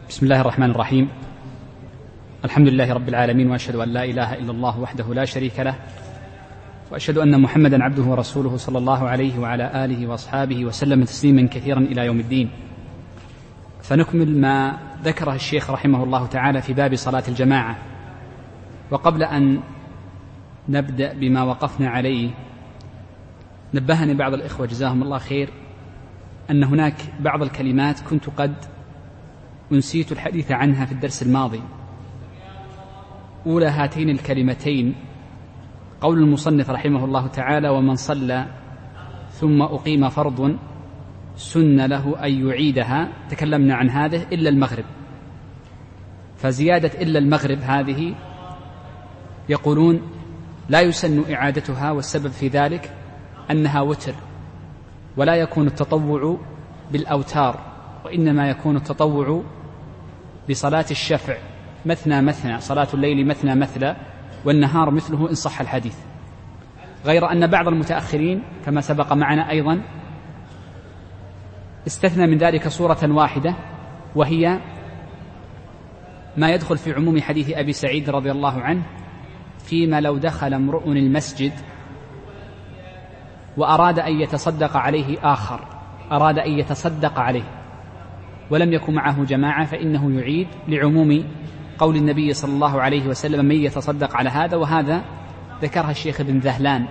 بسم الله الرحمن الرحيم. الحمد لله رب العالمين، وأشهد أن لا إله إلا الله وحده لا شريك له، وأشهد أن محمدا عبده ورسوله صلى الله عليه وعلى آله وأصحابه وسلم تسليما كثيرا إلى يوم الدين. فنكمل ما ذكره الشيخ رحمه الله تعالى في باب صلاة الجماعة. وقبل أن نبدأ بما وقفنا عليه، نبهني بعض الإخوة جزاهم الله خير أن هناك بعض الكلمات كنت قد أنسيت الحديث عنها في الدرس الماضي. أولى هاتين الكلمتين قول المصنف رحمه الله تعالى: ومن صلى ثم أقيم فرض سن له أن يعيدها. تكلمنا عن هذه إلا المغرب، فزيادة إلا المغرب هذه يقولون لا يسن إعادتها، والسبب في ذلك أنها وتر، ولا يكون التطوع بالأوتار، وإنما يكون التطوع بصلاة الشفع مثنى مثنى، صلاة الليل مثنى مثنى، والنهار مثله إن صح الحديث. غير أن بعض المتأخرين كما سبق معنا أيضا استثنى من ذلك صورة واحدة، وهي ما يدخل في عموم حديث أبي سعيد رضي الله عنه: فيما لو دخل امرؤ المسجد وأراد أن يتصدق عليه آخر، أراد أن يتصدق عليه ولم يكن معه جماعة فإنه يعيد، لعموم قول النبي صلى الله عليه وسلم: من يتصدق على هذا. وهذا ذكرها الشيخ ابن ذهلان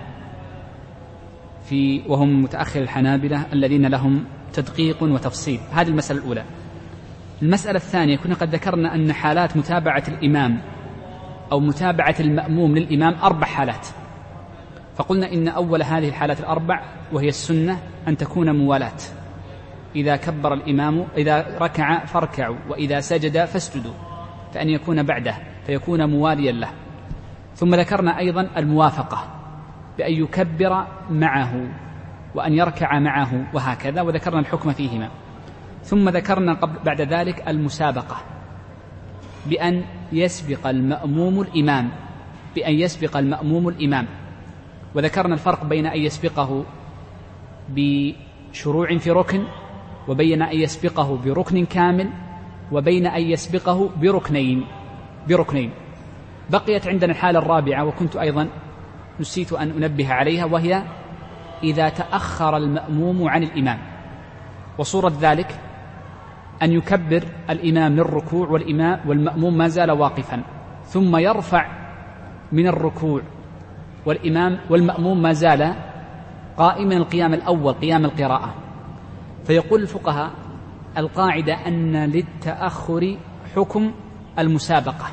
وهم متأخر الحنابلة الذين لهم تدقيق وتفصيل. هذه المسألة الأولى. المسألة الثانية، كنا قد ذكرنا أن حالات متابعة الإمام أو متابعة المأموم للإمام 4 حالات، فقلنا إن أول هذه الحالات ال4 وهي السنة أن تكون موالاة: إذا كبر الإمام، إذا ركع فاركعوا، وإذا سجد فاسجدوا، فأن يكون بعده فيكون مواليا له. ثم ذكرنا أيضا الموافقة بأن يكبر معه وأن يركع معه وهكذا، وذكرنا الحكم فيهما. ثم ذكرنا بعد ذلك المسابقة بأن يسبق المأموم الإمام، بأن يسبق المأموم الإمام، وذكرنا الفرق بين أن يسبقه بشروع في ركن، وبين أن يسبقه بركن كامل، وبين أن يسبقه بركنين. بقيت عندنا الحالة الرابعة، وكنت أيضا نسيت أن أنبه عليها، وهي إذا تأخر المأموم عن الإمام. وصورة ذلك أن يكبر الإمام للركوع والمأموم ما زال واقفا، ثم يرفع من الركوع والمأموم ما زال قائما القيام الأول، قيام القراءة. فيقول الفقهاء القاعدة أن للتأخر حكم المسابقة،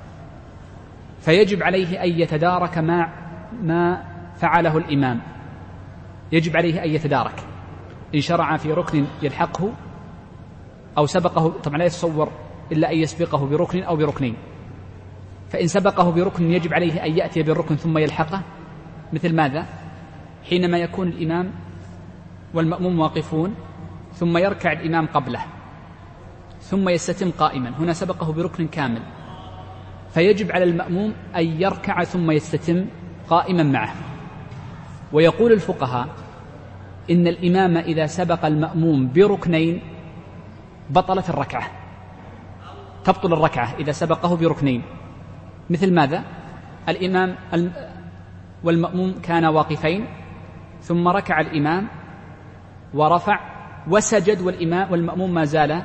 فيجب عليه أن يتدارك ما فعله الإمام، يجب عليه أن يتدارك. إن شرع في ركن يلحقه أو سبقه، طبعا لا يتصور إلا أن يسبقه بركن أو بركنين، فإن سبقه بركن يجب عليه أن يأتي بالركن ثم يلحقه. مثل ماذا؟ حينما يكون الإمام والمأموم واقفون ثم يركع الإمام قبله ثم يستتم قائما، هنا سبقه بركن كامل، فيجب على المأموم أن يركع ثم يستتم قائما معه. ويقول الفقهاء إن الإمام إذا سبق المأموم بركنين بطلت الركعة، تبطل الركعة إذا سبقه بركنين. مثل ماذا؟ الإمام والمأموم كانا واقفين، ثم ركع الإمام ورفع وسجد، والمأموم ما زال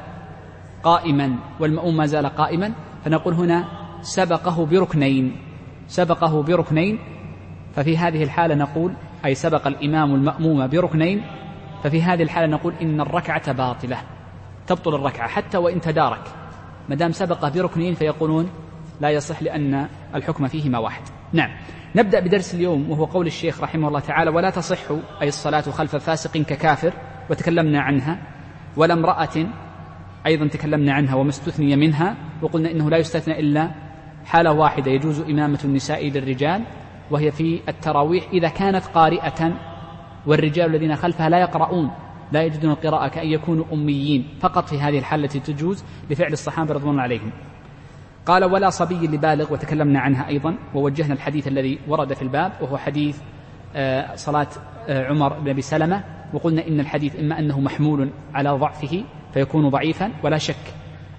قائما، فنقول هنا سبقه بركنين. ففي هذه الحالة نقول، أي سبق الإمام المأموم بركنين، ففي هذه الحالة نقول إن الركعة باطلة، تبطل الركعة حتى وإن تدارك، مدام سبقه بركنين فيقولون لا يصح، لأن الحكم فيهما واحد. نعم، نبدأ بدرس اليوم، وهو قول الشيخ رحمه الله تعالى: ولا تصح أي الصلاة خلف فاسق ككافر، وتكلمنا عنها. ولا امرأة أيضا تكلمنا عنها وما استثني منها، وقلنا إنه لا يستثنى إلا حالة واحدة، يجوز إمامة النساء للرجال، وهي في التراويح إذا كانت قارئة والرجال الذين خلفها لا يقرؤون، لا يجدون القراءة، كأن يكونوا أميين، فقط في هذه الحالة تجوز لفعل الصحابة رضوان الله عليهم. قال: ولا صبي لبالغ، وتكلمنا عنها أيضا، ووجهنا الحديث الذي ورد في الباب، وهو حديث صلاة عمر بن أبي سلمة، وقلنا إن الحديث إما أنه محمول على ضعفه فيكون ضعيفا، ولا شك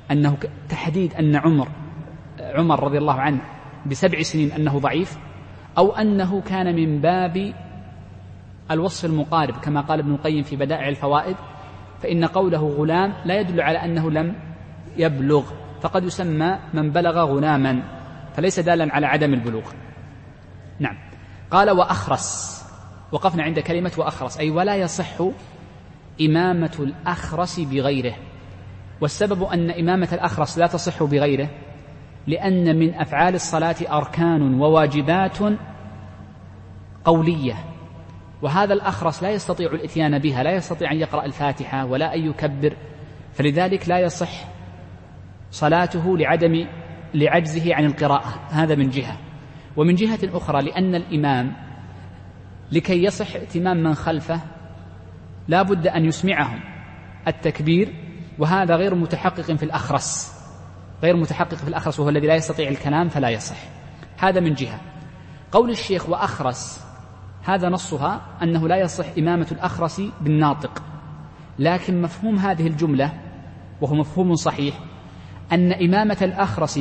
أنه تحديد أن عمر رضي الله عنه ب7 سنين أنه ضعيف، أو أنه كان من باب الوصف المقارب كما قال ابن القيم في بدائع الفوائد، فإن قوله غلام لا يدل على أنه لم يبلغ، فقد يسمى من بلغ غلاما، فليس دالا على عدم البلوغ. نعم. قال وأخرس، وقفنا عند كلمة وأخرس، أي ولا يصح إمامة الأخرس بغيره. والسبب أن إمامة الأخرس لا تصح بغيره لأن من أفعال الصلاة أركان وواجبات قولية، وهذا الأخرس لا يستطيع الإتيان بها، لا يستطيع أن يقرأ الفاتحة ولا أن يكبر، فلذلك لا يصح صلاته لعجزه عن القراءة. هذا من جهة. ومن جهة أخرى لأن الإمام لكي يصح ائتمام من خلفه لا بد أن يسمعهم التكبير، وهذا غير متحقق في الأخرس، وهو الذي لا يستطيع الكلام فلا يصح. هذا من جهة. قول الشيخ وأخرس هذا نصها أنه لا يصح إمامة الأخرس بالناطق، لكن مفهوم هذه الجملة وهو مفهوم صحيح أن إمامة الأخرس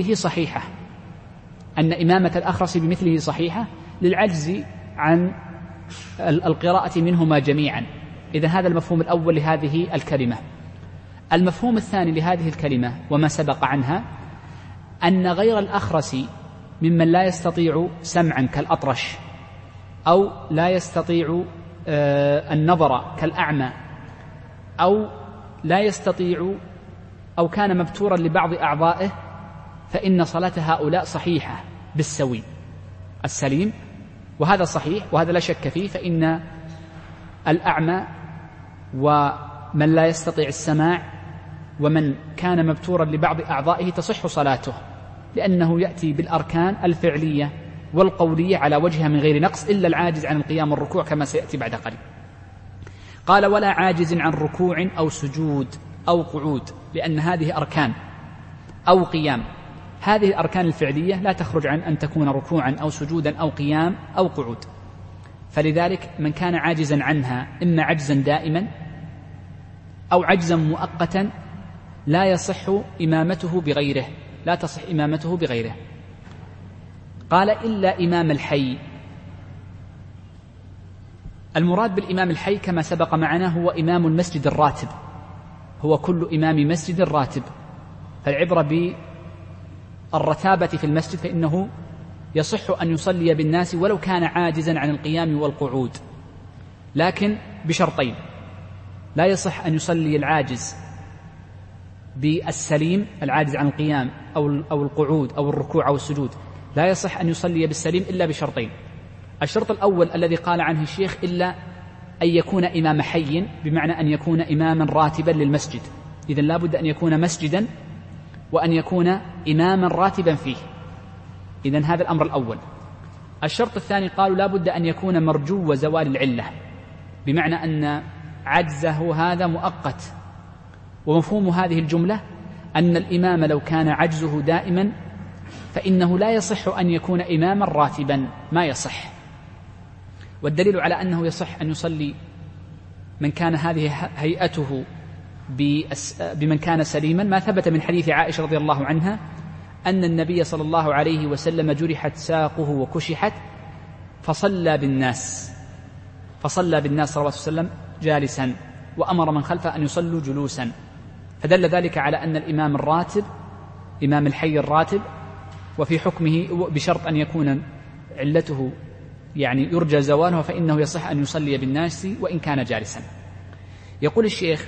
بمثله صحيحة للعجز عن القراءة منهما جميعا. إذا هذا المفهوم الأول لهذه الكلمة. المفهوم الثاني لهذه الكلمة وما سبق عنها أن غير الأخرس ممن لا يستطيع سمعا كالأطرش، أو لا يستطيع النظر كالأعمى، أو لا يستطيع أو كان مبتورا لبعض أعضائه، فإن صلاة هؤلاء صحيحة بالسوي السليم، وهذا صحيح وهذا لا شك فيه. فإن الأعمى ومن لا يستطيع السماع ومن كان مبتورا لبعض أعضائه تصح صلاته، لأنه يأتي بالأركان الفعلية والقولية على وجهها من غير نقص، إلا العاجز عن القيام والركوع كما سيأتي بعد قليل. قال ولا عاجز عن ركوع أو سجود أو قعود، لأن هذه أركان أو قيام. هذه الأركان الفعلية لا تخرج عن أن تكون ركوعا أو سجودا أو قيام أو قعود، فلذلك من كان عاجزا عنها إما عجزا دائما أو عجزا مؤقتا لا تصح إمامته بغيره. قال إلا إمام الحي. المراد بالإمام الحي كما سبق معنا هو إمام المسجد الراتب، هو كل إمام مسجد راتب، فالعبرة بالرتابة في المسجد، فإنه يصح أن يصلي بالناس ولو كان عاجزا عن القيام والقعود، لكن بشرطين: لا يصح أن يصلي العاجز بالسليم، العاجز عن القيام أو القعود أو الركوع أو السجود، لا يصح أن يصلي بالسليم إلا بشرطين. الشرط الأول الذي قال عنه الشيخ إلا أن يكون إمام حي، بمعنى أن يكون إماما راتبا للمسجد، إذن لا بد أن يكون مسجدا وأن يكون إماما راتبا فيه، إذن هذا الأمر الأول. الشرط الثاني قالوا لا بد أن يكون مرجو زوال العلة، بمعنى أن عجزه هذا مؤقت. ومفهوم هذه الجملة أن الإمام لو كان عجزه دائما فإنه لا يصح أن يكون إماما راتبا، ما يصح. والدليل على أنه يصح أن يصلي من كان هذه هيئته بمن كان سليما ما ثبت من حديث عائشة رضي الله عنها أن النبي صلى الله عليه وسلم جرحت ساقه وكشحت فصلى بالناس صلى الله عليه وسلم جالسا، وأمر من خلفه أن يصلوا جلوسا، فدل ذلك على أن الإمام الراتب إمام الحي الراتب، وفي حكمه بشرط أن يكون علته يعني يرجى زوالها، فإنه يصح أن يصلي بالناس وإن كان جالسا. يقول الشيخ: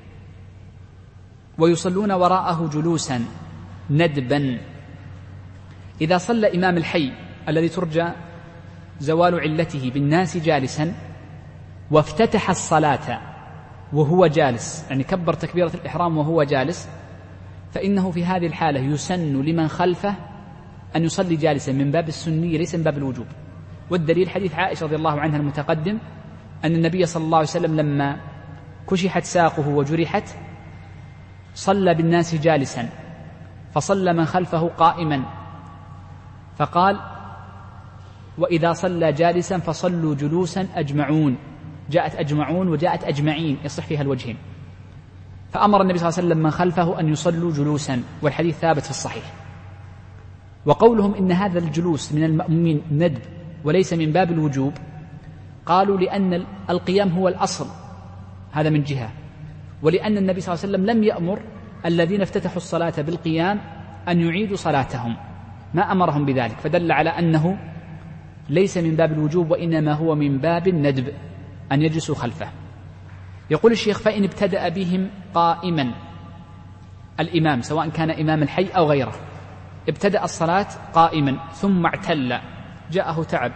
ويصلون وراءه جلوسا ندبا. إذا صلى إمام الحي الذي ترجى زوال علته بالناس جالسا وافتتح الصلاة وهو جالس، يعني كبر تكبيرة الإحرام وهو جالس، فإنه في هذه الحالة يسن لمن خلفه أن يصلي جالسا من باب السنية ليس من باب الوجوب. والدليل حديث عائشة رضي الله عنها المتقدم أن النبي صلى الله عليه وسلم لما كشحت ساقه وجرحت صلى بالناس جالسا، فصلى من خلفه قائما، فقال: وإذا صلى جالسا فصلوا جلوسا أجمعون. جاءت أجمعون وجاءت أجمعين، يصح فيها الوجهين. فأمر النبي صلى الله عليه وسلم من خلفه أن يصلوا جلوسا، والحديث ثابت في الصحيح. وقولهم إن هذا الجلوس من المأمومين ندب وليس من باب الوجوب، قالوا لأن القيام هو الأصل، هذا من جهة، ولأن النبي صلى الله عليه وسلم لم يأمر الذين افتتحوا الصلاة بالقيام أن يعيدوا صلاتهم، ما أمرهم بذلك، فدل على أنه ليس من باب الوجوب وإنما هو من باب الندب أن يجلسوا خلفه. يقول الشيخ: فإن ابتدأ بهم قائما الإمام، سواء كان إمام الحي أو غيره، ابتدأ الصلاة قائما ثم اعتل، جاءه تعب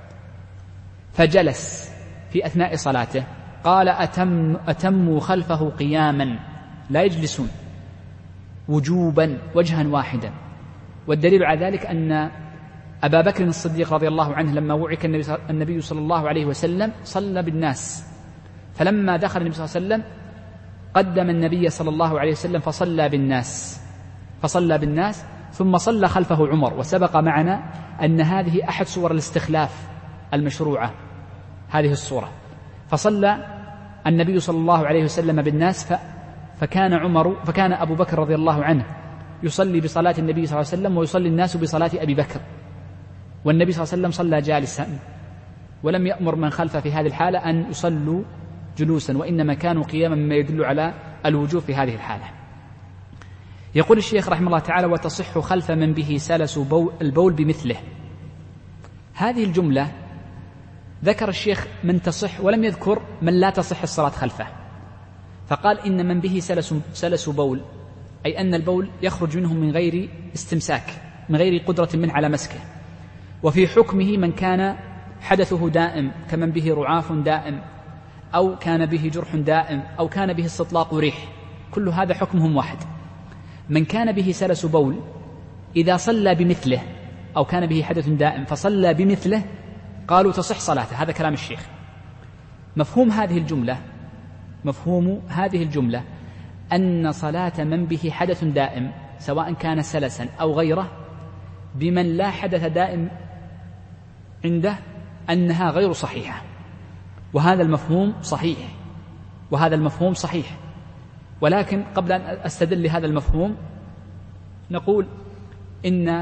فجلس في أثناء صلاته، قال: أتموا خلفه قياما، لا يجلسون وجوبا وجها واحدا. والدليل على ذلك أن أبا بكر الصديق رضي الله عنه لما وعك النبي صلى الله عليه وسلم صلى بالناس، فلما دخل النبي صلى الله عليه وسلم قدم النبي صلى الله عليه وسلم فصلى بالناس ثم صلى خلفه عمر. وسبق معنا أن هذه أحد صور الاستخلاف المشروعة، هذه الصورة. فصلى النبي صلى الله عليه وسلم بالناس، فكان أبو بكر رضي الله عنه يصلي بصلاة النبي صلى الله عليه وسلم ويصلي الناس بصلاة أبي بكر، والنبي صلى الله عليه وسلم صلى جالسا، ولم يأمر من خلفه في هذه الحالة أن يصلوا جلوسا، وإنما كانوا قياما، مما يدل على الوجوب في هذه الحالة. يقول الشيخ رحمه الله تعالى: وتصح خلف من به سلس البول بمثله. هذه الجملة ذكر الشيخ من تصح ولم يذكر من لا تصح الصلاة خلفه، فقال: إن من به سلس بول، أي أن البول يخرج منه من غير استمساك، من غير قدرة منه على مسكه. وفي حكمه من كان حدثه دائم، كمن به رعاف دائم، أو كان به جرح دائم، أو كان به استطلاق ريح، كل هذا حكمهم واحد. من كان به سلس بول إذا صلى بمثله، أو كان به حدث دائم فصلى بمثله، قالوا تصح صلاته. هذا كلام الشيخ. مفهوم هذه الجملة أن صلاة من به حدث دائم، سواء كان سلسا أو غيره، بمن لا حدث دائم عنده، أنها غير صحيحة. وهذا المفهوم صحيح. ولكن قبل أن أستدل لهذا المفهوم نقول إن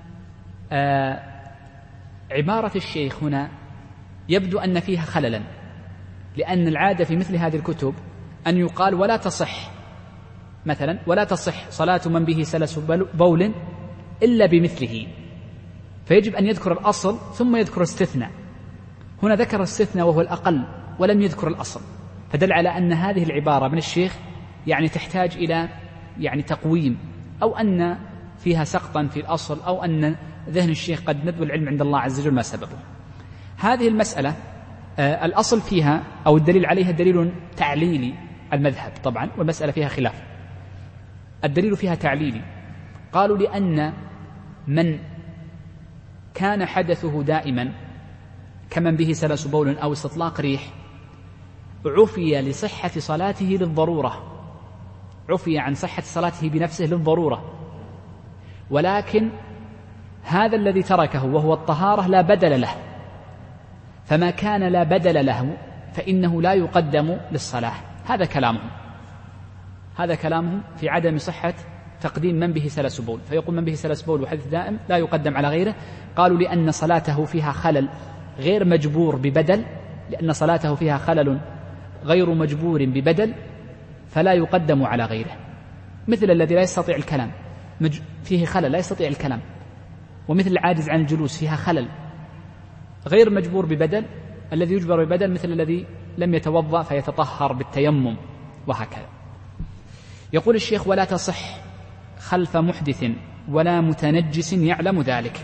عبارة الشيخ هنا يبدو أن فيها خللا، لأن العادة في مثل هذه الكتب أن يقال ولا تصح، مثلا ولا تصح صلاة من به سلس بول إلا بمثله، فيجب أن يذكر الأصل ثم يذكر استثناء. هنا ذكر استثناء وهو الأقل ولم يذكر الأصل، فدل على أن هذه العبارة من الشيخ يعني تحتاج إلى تقويم، أو أن فيها سقطا في الأصل، أو أن ذهن الشيخ قد ندب العلم عند الله عز وجل ما سببه. هذه المسألة الأصل فيها أو الدليل عليها دليل تعليلي المذهب طبعا، والمسألة فيها خلاف. الدليل فيها تعليلي، قالوا لأن من كان حدثه دائما كمن به سلس بول أو استطلاق ريح عفي لصحة صلاته للضرورة، عفي عن صحة صلاته بنفسه للضرورة، ولكن هذا الذي تركه وهو الطهارة لا بدل له، فما كان لا بدل له فإنه لا يقدم للصلاة. هذا كلامهم في عدم صحة تقديم من به سلس بول، فيقول من به سلس بول وحدث دائم لا يقدم على غيره. قالوا لأن صلاته فيها خلل غير مجبور ببدل، لأن صلاته فيها خلل غير مجبور ببدل فلا يقدم على غيره، مثل الذي لا يستطيع الكلام فيه خلل لا يستطيع الكلام، ومثل العاجز عن الجلوس فيها خلل غير مجبور ببدل، الذي يجبر ببدل مثل الذي لم يتوضأ فيتطهر بالتيمم، وهكذا. يقول الشيخ: ولا تصح خلف محدث ولا متنجس يعلم ذلك.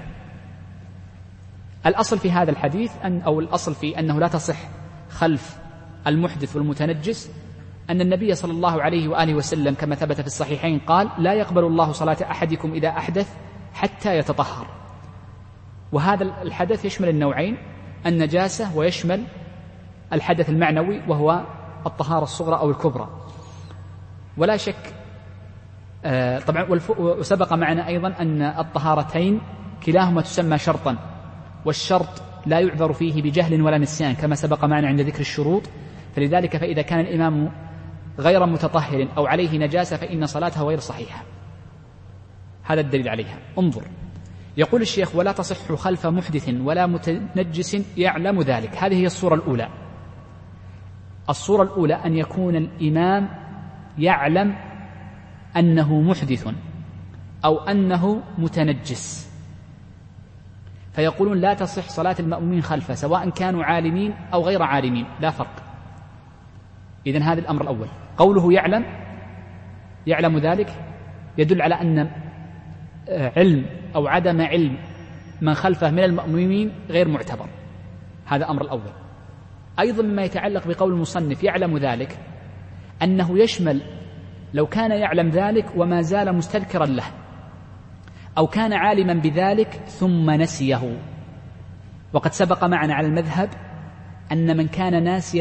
الأصل في هذا الحديث أو الأصل في أنه لا تصح خلف المحدث والمتنجس أن النبي صلى الله عليه وآله وسلم كما ثبت في الصحيحين قال: لا يقبل الله صلاة أحدكم إذا أحدث حتى يتطهر. وهذا الحدث يشمل النوعين، النجاسة ويشمل الحدث المعنوي وهو الطهارة الصغرى أو الكبرى. ولا شك طبعا وسبق معنا أيضا أن الطهارتين كلاهما تسمى شرطا، والشرط لا يعذر فيه بجهل ولا نسيان كما سبق معنا عند ذكر الشروط. فلذلك فإذا كان الإمام غير متطهر أو عليه نجاسة فإن صلاته غير صحيحة. هذا الدليل عليها. انظر، يقول الشيخ: ولا تصح خلف محدث ولا متنجس يعلم ذلك. هذه هي الصورة الأولى. الصورة الأولى أن يكون الإمام يعلم أنه محدث أو أنه متنجس، فيقولون لا تصح صلاة المأمومين خلفه سواء كانوا عالمين أو غير عالمين، لا فرق. إذن هذا الأمر الأول. قوله يعلم ذلك يدل على أن علم أو عدم علم من خلفه من المأمومين غير معتبر. هذا أمر الأول. أيضا مما يتعلق بقول المصنف يعلم ذلك أنه يشمل لو كان يعلم ذلك وما زال مستذكرا له، أو كان عالما بذلك ثم نسيه. وقد سبق معنا على المذهب أن من كان ناسيا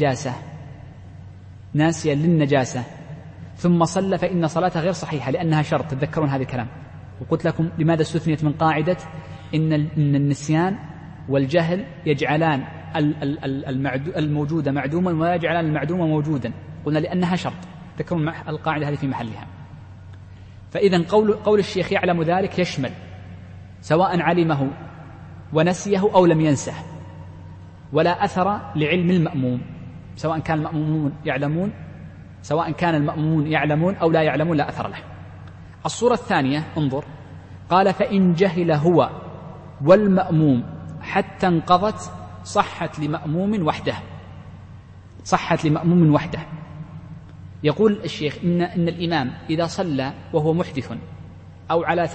للنجاسة ثم صلى فإن صلاته غير صحيحة لأنها شرط. تذكرون هذا الكلام، وقلت لكم لماذا استثنيت من قاعدة إن النسيان والجهل يجعلان الموجود معدوما ويجعلان المعدوم موجودا. قلنا لأنها شرط. تذكرون القاعدة هذه في محلها. فإذا قول الشيخ يعلم ذلك يشمل سواء علمه ونسيه أو لم ينسه، ولا أثر لعلم المأموم، سواء كان المأمومون يعلمون أو لا يعلمون لا أثر له. الصورة الثانية انظر، قال: فإن جهل هو والمأموم حتى انقضت صحت لمأموم وحده. يقول الشيخ إن الإمام إذا صلى وهو محدث أو على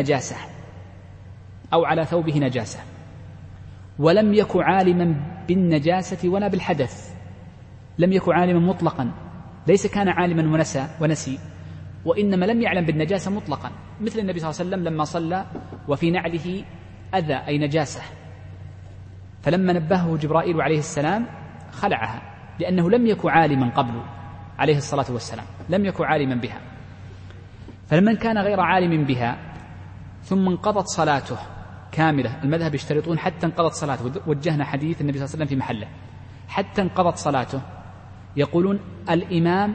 ثوبه نجاسة ولم يك عالما بالنجاسة ولا بالحدث، لم يك عالما مطلقا، ليس كان عالما ونسي، وإنما لم يعلم بالنجاسة مطلقا، مثل النبي صلى الله عليه وسلم لما صلى وفي نعله أذى أي نجاسة، فلما نبهه جبرائيل عليه السلام خلعها، لأنه لم يك عالما قبل عليه الصلاة والسلام، لم يك عالما بها. فلمن كان غير عالم بها ثم انقضت صلاته كاملة، المذهب يشترطون حتى انقضت صلاته، وجهنا حديث النبي صلى الله عليه وسلم في محله، حتى انقضت صلاته، يقولون الإمام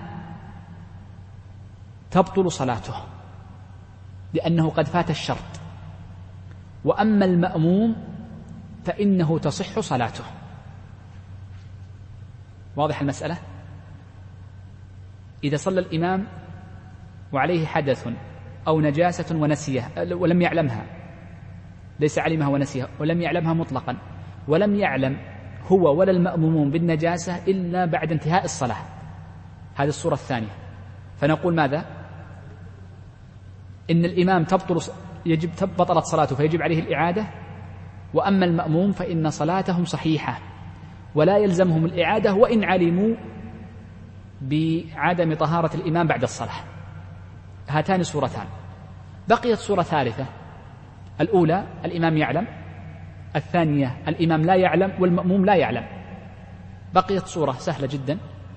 تبطل صلاته لأنه قد فات الشرط، وأما المأموم فإنه تصح صلاته. واضح المسألة؟ إذا صلى الإمام وعليه حدث أو نجاسة ونسيه ولم يعلمها، ليس علمها ونسيها، ولم يعلمها مطلقا، ولم يعلم هو ولا المأمومون بالنجاسة إلا بعد انتهاء الصلاة، هذه الصورة الثانية، فنقول ماذا؟ إن الإمام بطلت صلاته فيجب عليه الإعادة، وأما المأموم فإن صلاتهم صحيحة ولا يلزمهم الإعادة وإن علموا بعدم طهارة الإمام بعد الصلاة. هاتان صورتان. بقيت صورة ثالثة، الأولى الإمام يعلم، الثانية الإمام لا يعلم والمأموم لا يعلم. بقيت صورة سهلة جدا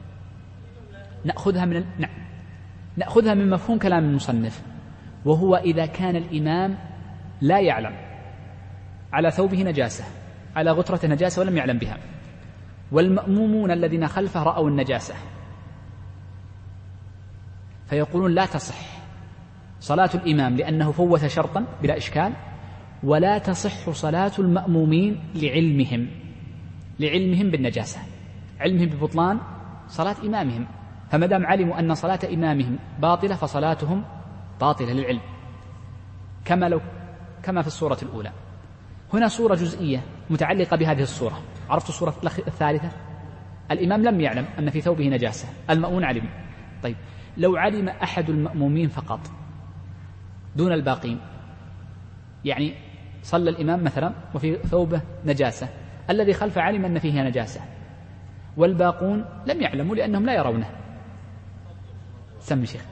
نأخذها من مفهوم كلام المصنف، وهو إذا كان الإمام لا يعلم، على ثوبه نجاسة، على غترة نجاسة ولم يعلم بها، والمأمومون الذين خلفه رأوا النجاسة، فيقولون لا تصح صلاة الإمام لأنه فوت شرطا بلا إشكال، ولا تصح صلاة المأمومين لعلمهم بالنجاسة، علمهم ببطلان صلاة إمامهم، فمدام علموا أن صلاة إمامهم باطلة فصلاتهم باطلة للعلم، كما في الصورة الأولى. هنا صورة جزئية متعلقة بهذه الصورة. عرفت الصورة الثالثة؟ الإمام لم يعلم أن في ثوبه نجاسة، المأمون علم. طيب، لو علم أحد المأمومين فقط دون الباقين، يعني صلى الإمام مثلا وفي ثوبه نجاسة، الذي خلف علم أن فيه نجاسة، والباقون لم يعلموا لأنهم لا يرونه. سمي شيخ.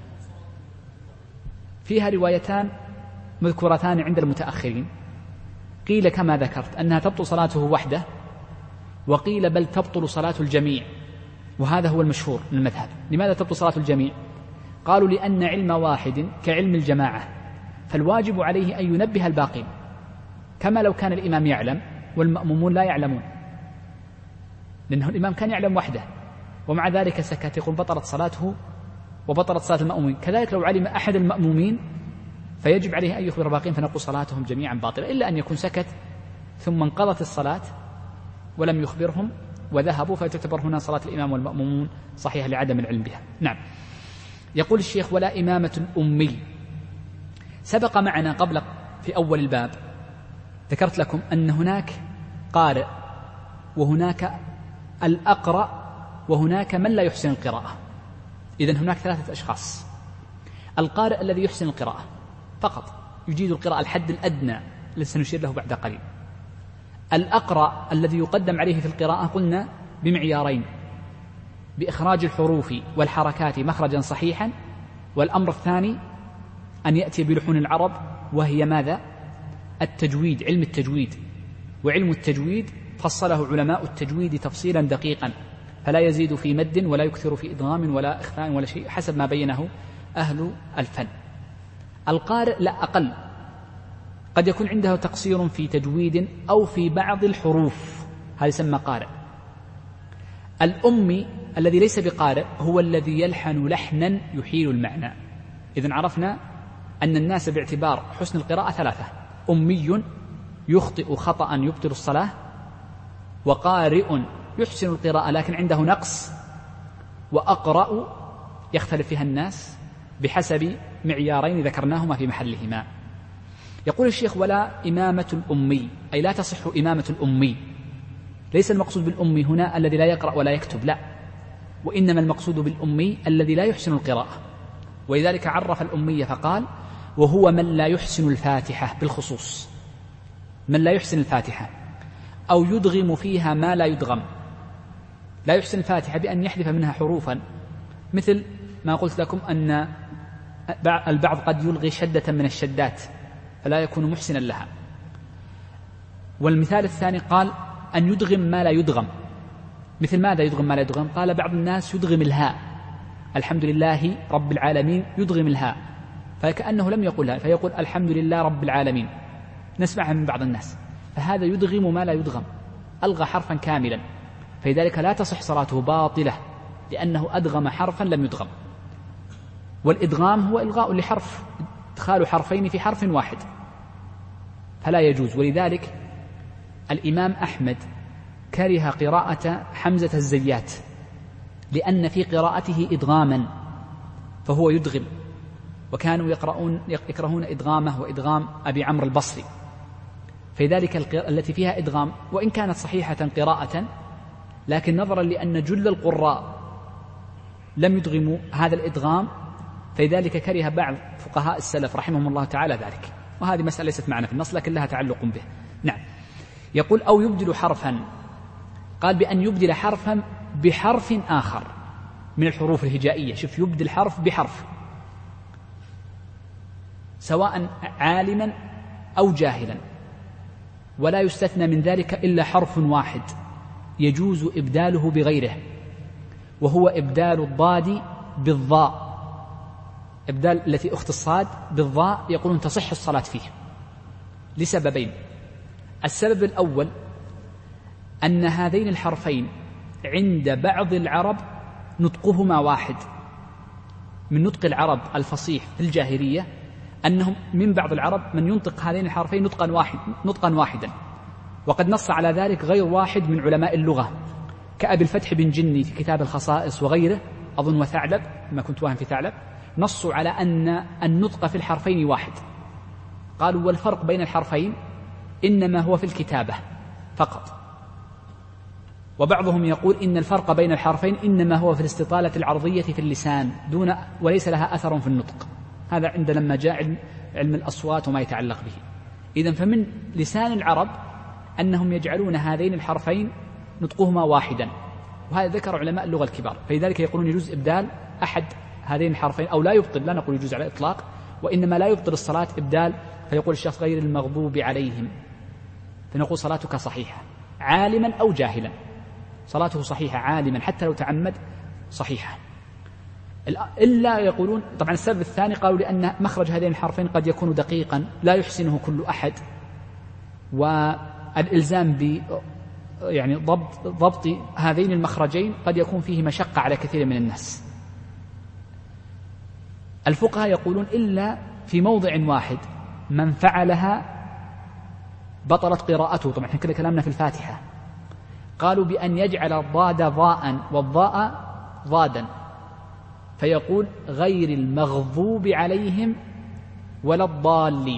فيها روايتان مذكورتان عند المتأخرين، قيل كما ذكرت أنها تبطل صلاته وحده، وقيل بل تبطل صلاة الجميع، وهذا هو المشهور من المذهب. لماذا تبطل صلاة الجميع؟ قالوا لأن علم واحد كعلم الجماعة، فالواجب عليه أن ينبه الباقين، كما لو كان الإمام يعلم والمأمومون لا يعلمون، لأنه الإمام كان يعلم وحده، ومع ذلك سكت، يقول بطلت صلاته وبطلت صلاة المأمومين. كذلك لو علم أحد المأمومين فيجب عليه أن يخبر الباقين فنقول صلاتهم جميعا باطلة، إلا أن يكون سكت ثم انقضت الصلاة ولم يخبرهم وذهبوا، فتعتبر هنا صلاة الإمام والمأمومون صحيحة لعدم العلم بها. نعم. يقول الشيخ: ولا إمامة الأمي. سبق معنا قبل في أول الباب ذكرت لكم أن هناك قارئ وهناك الأقرأ وهناك من لا يحسن القراءة. إذن هناك 3 أشخاص: القارئ الذي يحسن القراءة فقط، يجيد القراءة الحد الأدنى الذي سنشير له بعد قليل. الأقرأ الذي يقدم عليه في القراءة قلنا بمعيارين: بإخراج الحروف والحركات مخرجا صحيحا، والأمر الثاني أن يأتي بلحون العرب، وهي ماذا؟ التجويد، علم التجويد. وعلم التجويد فصله علماء التجويد تفصيلا دقيقا، فلا يزيد في مد ولا يكثر في إدغام ولا إخفاء ولا شيء، حسب ما بينه أهل الفن. القارئ لا أقل، قد يكون عنده تقصير في تجويد أو في بعض الحروف، هذا يسمى قارئ. الأمي الذي ليس بقارئ هو الذي يلحن لحنا يحيل المعنى. إذن عرفنا أن الناس باعتبار حسن القراءة 3: أمي يخطئ خطأ يبطل الصلاة، وقارئ يحسن القراءة لكن عنده نقص، وأقرأ يختلف فيها الناس بحسب معيارين ذكرناهما في محلهما. يقول الشيخ: ولا إمامة الأمي، أي لا تصح إمامة الأمي. ليس المقصود بالأمي هنا الذي لا يقرأ ولا يكتب، لا، وإنما المقصود بالأمي الذي لا يحسن القراءة. ولذلك عرف الأمية فقال: وهو من لا يحسن الفاتحة بالخصوص، من لا يحسن الفاتحة أو يدغم فيها ما لا يدغم. لا يحسن الفاتحة بأن يحذف منها حروفا، مثل ما قلت لكم أن البعض قد يلغي شدة من الشدات فلا يكون محسنا لها. والمثال الثاني قال أن يدغم ما لا يدغم. مثل ماذا يدغم ما لا يدغم؟ قال بعض الناس يدغم الهاء، الحمد لله رب العالمين، يدغم الهاء فكأنه لم يقلها، فيقول الحمد لله رب العالمين. نسمعها من بعض الناس، فهذا يدغم ما لا يدغم، ألغى حرفا كاملا، فلذلك لا تصح صلاته، باطلة، لأنه أدغم حرفا لم يدغم. والإدغام هو إلغاء لحرف، إدخال حرفين في حرف واحد، فلا يجوز. ولذلك الإمام أحمد كره قراءة حمزة الزيات لأن في قراءته إدغاما، فهو يدغم، وكانوا يكرهون إدغامه وإدغام أبي عمرو البصري. فلذلك التي فيها إدغام وإن كانت صحيحة قراءة، لكن نظرا لأن جل القراء لم يدغموا هذا الإدغام، فلذلك كره بعض فقهاء السلف رحمهم الله تعالى ذلك. وهذه مسألة ليست معنا في النص لكن لها تعلق به. نعم. يقول: أو يبدل حرفا، قال بأن يبدل حرفا بحرف آخر من الحروف الهجائية. شوف، يبدل حرف بحرف، سواء عالما أو جاهلا، ولا يستثنى من ذلك إلا حرف واحد يجوز إبداله بغيره، وهو إبدال الضاد بالضاء. إبدال التي أخت الصاد بالضاء يقولون تصح الصلاة فيه لسببين: السبب الأول أن هذين الحرفين عند بعض العرب نطقهما واحد، من نطق العرب الفصيح في الجاهلية أنهم من بعض العرب من ينطق هذين الحرفين نطقا واحدا، وقد نص على ذلك غير واحد من علماء اللغة كأبي الفتح بن جني في كتاب الخصائص وغيره، أظن وثعلب، ما كنت واهم في ثعلب، نصوا على أن النطق في الحرفين واحد. قالوا: والفرق بين الحرفين إنما هو في الكتابة فقط. وبعضهم يقول إن الفرق بين الحرفين إنما هو في الاستطالة العرضية في اللسان وليس لها أثر في النطق. هذا عند لما جاء علم الأصوات وما يتعلق به. إذن فمن لسان العرب أنهم يجعلون هذين الحرفين نطقهما واحدا، وهذا ذكر علماء اللغة الكبار، فلذلك يقولون يجوز إبدال أحد هذين الحرفين، أو لا يبطل، لا نقول يجوز على الإطلاق، وإنما لا يبطل الصلاة إبدال. فيقول الشخص: غير المغضوب عليهم، فنقول صلاتك صحيحة عالما أو جاهلا، صلاته صحيحة عالما حتى لو تعمد صحيحة. إلا يقولون طبعا السبب الثاني قالوا لأن مخرج هذين الحرفين قد يكون دقيقا لا يحسنه كل أحد، والإلزام يعني ضبط هذين المخرجين قد يكون فيه مشقة على كثير من الناس. الفقهاء يقولون إلا في موضع واحد من فعلها بطلت قراءته. طبعا احنا كده كلامنا في الفاتحة. قالوا بأن يجعل الضاد ضاء والضاء ضادا، فيقول غير المغضوب عليهم ولا الضالين،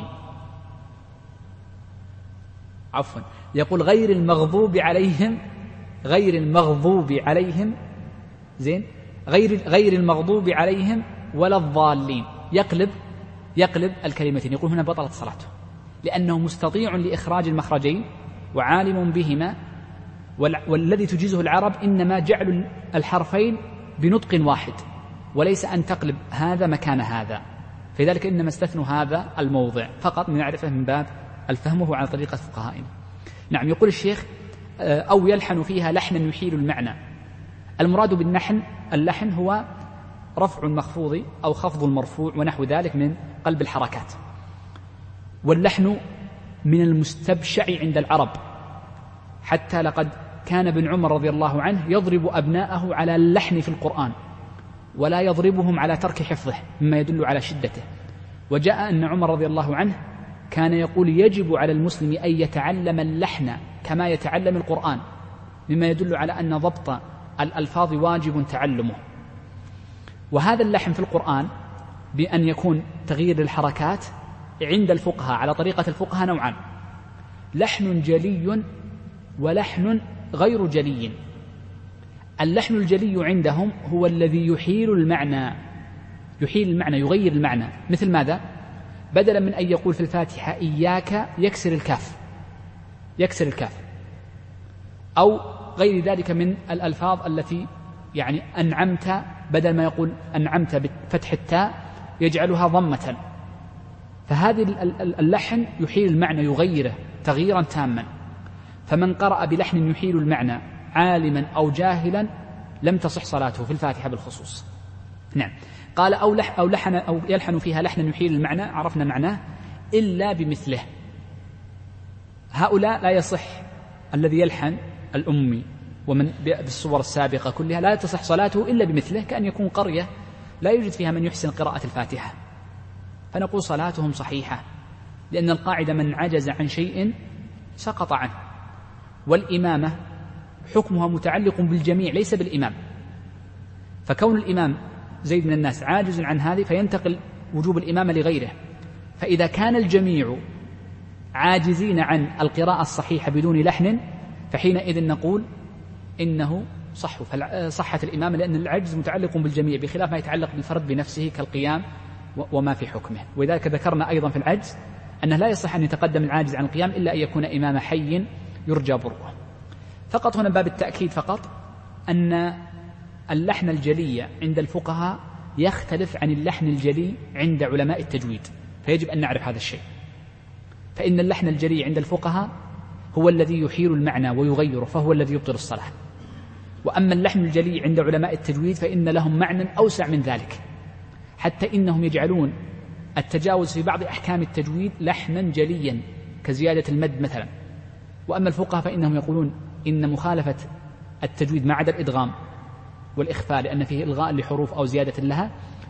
عفوا يقول غير المغضوب عليهم زين، غير المغضوب عليهم ولا الضالين، يقلب الكلمتين، يقول هنا بطلت صلاته، لأنه مستطيع لإخراج المخرجين وعالم بهما، والذي تجيزه العرب إنما جعل الحرفين بنطق واحد وليس أن تقلب هذا مكان هذا، فلذلك إنما استثنوا هذا الموضع فقط نعرفه من باب الفهم وهو على طريقة فقهائنا. نعم. يقول الشيخ أو يلحن فيها لحنا يحيل المعنى. المراد اللحن هو رفع المخفوض أو خفض المرفوع ونحو ذلك من قلب الحركات، واللحن من المستبشع عند العرب، حتى لقد كان ابن عمر رضي الله عنه يضرب أبناءه على اللحن في القرآن ولا يضربهم على ترك حفظه مما يدل على شدته. وجاء أن عمر رضي الله عنه كان يقول يجب على المسلم أن يتعلم اللحن كما يتعلم القرآن، مما يدل على أن ضبط الألفاظ واجب تعلمه. وهذا اللحن في القرآن بأن يكون تغيير الحركات عند الفقهاء على طريقة الفقهاء نوعان: لحن جلي ولحن غير جلي. اللحن الجلي عندهم هو الذي يحيل المعنى، يغير المعنى. مثل ماذا؟ بدلا من أن يقول في الفاتحة إياك يكسر الكاف، أو غير ذلك من الألفاظ التي يعني أنعمت، بدل ما يقول أنعمت بفتح التاء يجعلها ضمة. فهذه اللحن يحيل المعنى، يغيره تغييرا تاما. فمن قرأ بلحن يحيل المعنى عالما أو جاهلا لم تصح صلاته في الفاتحة بالخصوص. نعم. قال أو يلحن فيها لحنا يحيل المعنى، عرفنا معناه، إلا بمثله. هؤلاء لا يصح الذي يلحن الأمي ومن بالصور السابقة كلها لا تصح صلاته إلا بمثله، كأن يكون قرية لا يوجد فيها من يحسن قراءة الفاتحة، فنقول صلاتهم صحيحة، لأن القاعدة من عجز عن شيء سقط عنه. والإمامة حكمها متعلق بالجميع ليس بالإمام، فكون الإمام زيد من الناس عاجز عن هذه فينتقل وجوب الإمامة لغيره. فإذا كان الجميع عاجزين عن القراءة الصحيحة بدون لحن فحينئذ نقول إنه صحة الإمامة، لأن العجز متعلق بالجميع بخلاف ما يتعلق بالفرد بنفسه كالقيام وما في حكمه. ولذلك ذكرنا أيضا في العجز أنه لا يصح أن يتقدم العاجز عن القيام إلا أن يكون إمام حي يرجى بره. فقط هنا باب التأكيد فقط أن اللحن الجلي عند الفقهاء يختلف عن اللحن الجلي عند علماء التجويد، فيجب أن نعرف هذا الشيء. فإن اللحن الجلي عند الفقهاء هو الذي يحيل المعنى ويغيره، فهو الذي يبطل الصلاة. وأما اللحن الجلي عند علماء التجويد فإن لهم معنى أوسع من ذلك، حتى إنهم يجعلون التجاوز في بعض أحكام التجويد لحنا جليا كزيادة المد مثلا. وأما الفقهاء فإنهم يقولون إن مخالفة التجويد ما عدا الإدغام والإخفاء لأن فيه إلغاء لحروف أو زيادة لها،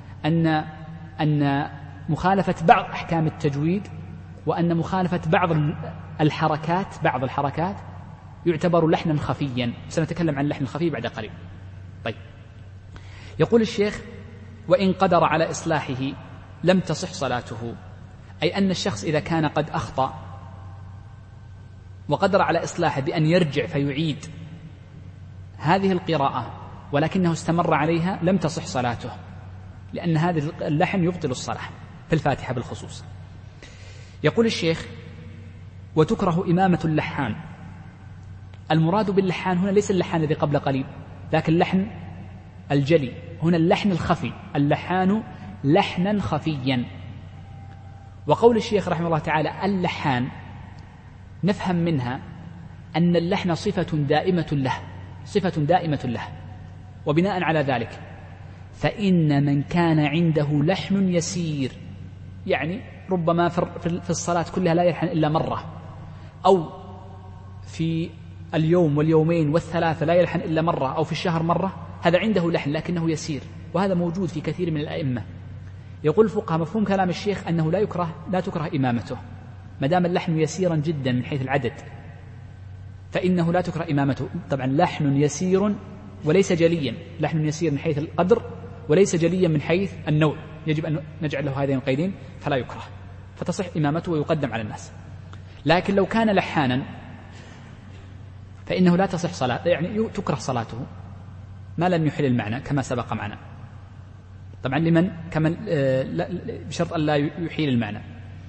أن مخالفة بعض أحكام التجويد وأن مخالفة بعض الحركات يعتبر لحنا خفيا. سنتكلم عن اللحن الخفي بعد قليل. طيب، يقول الشيخ: وإن قدر على إصلاحه لم تصح صلاته، أي أن الشخص إذا كان قد أخطأ وقدر على إصلاحه بأن يرجع فيعيد هذه القراءة ولكنه استمر عليها لم تصح صلاته، لأن هذا اللحن يبطل الصلاة في الفاتحة بالخصوص. يقول الشيخ: وتكره إمامة اللحان. المراد باللحان هنا ليس اللحان الذي قبل قليل، ذاك اللحن الجلي، هنا اللحن الخفي، اللحان لحنا خفيا. وقول الشيخ رحمه الله تعالى اللحان نفهم منها أن اللحن صفة دائمة له، وبناء على ذلك فإن من كان عنده لحن يسير، يعني ربما في الصلاة كلها لا يلحن إلا مرة، أو في اليوم واليومين والثلاثة لا يلحن إلا مرة أو في الشهر مرة، هذا عنده لحن لكنه يسير، وهذا موجود في كثير من الأئمة. يقول الفقهاء مفهوم كلام الشيخ أنه لا تكره إمامته ما دام اللحن يسيرا جدا من حيث العدد، فإنه لا تكره إمامته. طبعا لحن يسير وليس جليا، لحن يسير من حيث القدر وليس جليا من حيث النوع، يجب أن نجعل له هذين القيدين فلا يكره، فتصح إمامته ويقدم على الناس. لكن لو كان لحانا فإنه لا تصح صلاة، يعني تكره صلاته ما لم يحل المعنى كما سبق معنا، طبعا لمن كمن بشرط أن لا يحيل المعنى.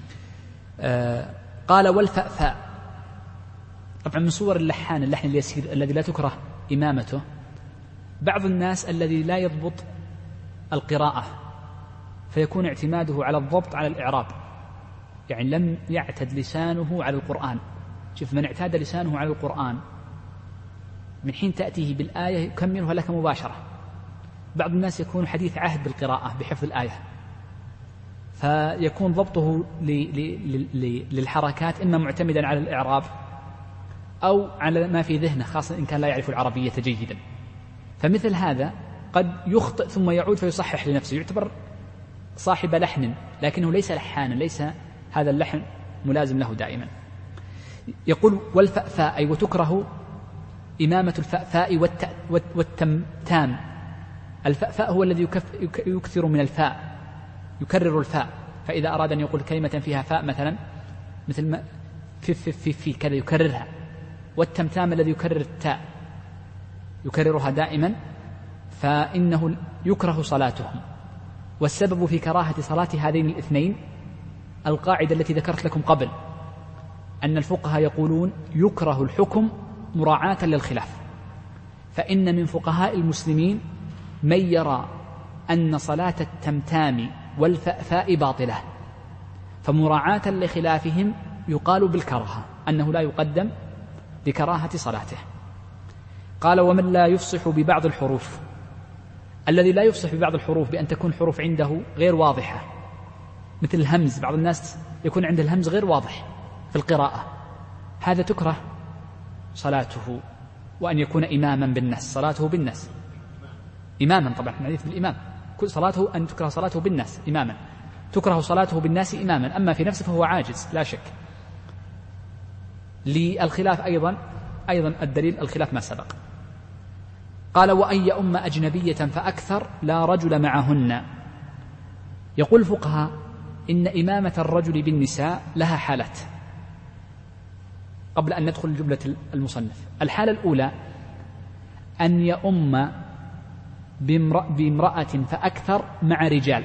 قال والفأفاء، طبعا من صور اللحان اللحن اليسير الذي لا تكره إمامته بعض الناس الذي لا يضبط القراءة فيكون اعتماده على الضبط على الإعراب، يعني لم يعتد لسانه على القرآن. شوف من اعتاد لسانه على القرآن من حين تأتيه بالآية يكملها لك مباشرة. بعض الناس يكون حديث عهد بالقراءة بحفظ الآية، فيكون ضبطه للحركات إما معتمدا على الإعراب أو على ما في ذهنه، خاصة إن كان لا يعرف العربية جيدا. فمثل هذا قد يخطئ ثم يعود فيصحح لنفسه، يعتبر صاحب لحن لكنه ليس لحانا، ليس هذا اللحن ملازم له دائما. يقول والفأفاء أي وتكره إمامة الفأفاء والتمتام. الفأفاء هو الذي يكثر من الفاء، يكرر الفاء، فإذا أراد أن يقول كلمة فيها فاء مثلا مثل ما في كذا يكررها. والتمتام الذي يكرر التاء يكررها دائما، فإنه يكره صلاتهم. والسبب في كراهة صلاة هذين الاثنين القاعدة التي ذكرت لكم قبل، أن الفقهاء يقولون يكره الحكم مراعاة للخلاف، فإن من فقهاء المسلمين من يرى أن صلاة التمتام والفأفاء باطلة، فمراعاة لخلافهم يقال بالكراهة، أنه لا يقدم لكراهة صلاته. قال ومن لا يفصح ببعض الحروف، الذي لا يفصح ببعض الحروف بأن تكون حروف عنده غير واضحة، مثل الهمز، بعض الناس يكون عنده الهمز غير واضح في القراءة، هذا تكره صلاته. وأن يكون إماما بالناس، صلاته بالناس إماما، طبعا نعرف بالإمام كل صلاته أن تكره صلاته بالناس إماما، تكره صلاته بالناس إماما، أما في نفسه فهو عاجز لا شك. للخلاف أيضا الدليل الخلاف ما سبق. قال وأن يؤم أجنبية فأكثر لا رجل معهن. يقول الفقهاء إن إمامة الرجل بالنساء لها حالات قبل أن ندخل جملة المصنف. الحالة الأولى أن يؤم بامرأة فأكثر مع رجال،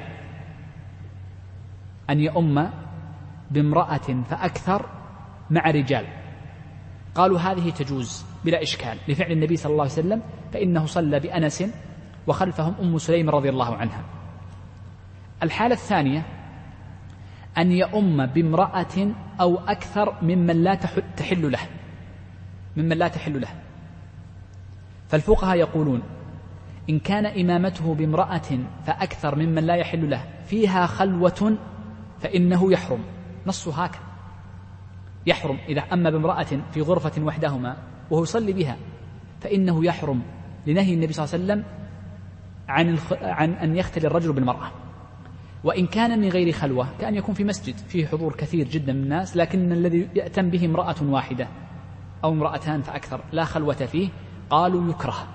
أن يؤم بامرأة فأكثر مع رجال. قالوا هذه تجوز بلا إشكال لفعل النبي صلى الله عليه وسلم، فإنه صلى بأنس وخلفهم أم سليم رضي الله عنها. الحالة الثانية أن يؤم بامرأة أو أكثر ممن لا تحل له، فالفقهاء يقولون إن كان إمامته بامرأة فأكثر ممن لا يحل له فيها خلوة فإنه يحرم، نص هكذا يحرم. إذا أما بامرأة في غرفة وحدهما وهو يصلي بها فإنه يحرم لنهي النبي صلى الله عليه وسلم عن أن يختلي الرجل بالمرأة. وإن كان من غير خلوة كأن يكون في مسجد فيه حضور كثير جدا من الناس، لكن الذي يأتم به امرأة واحدة أو امرأتان فأكثر لا خلوة فيه، قالوا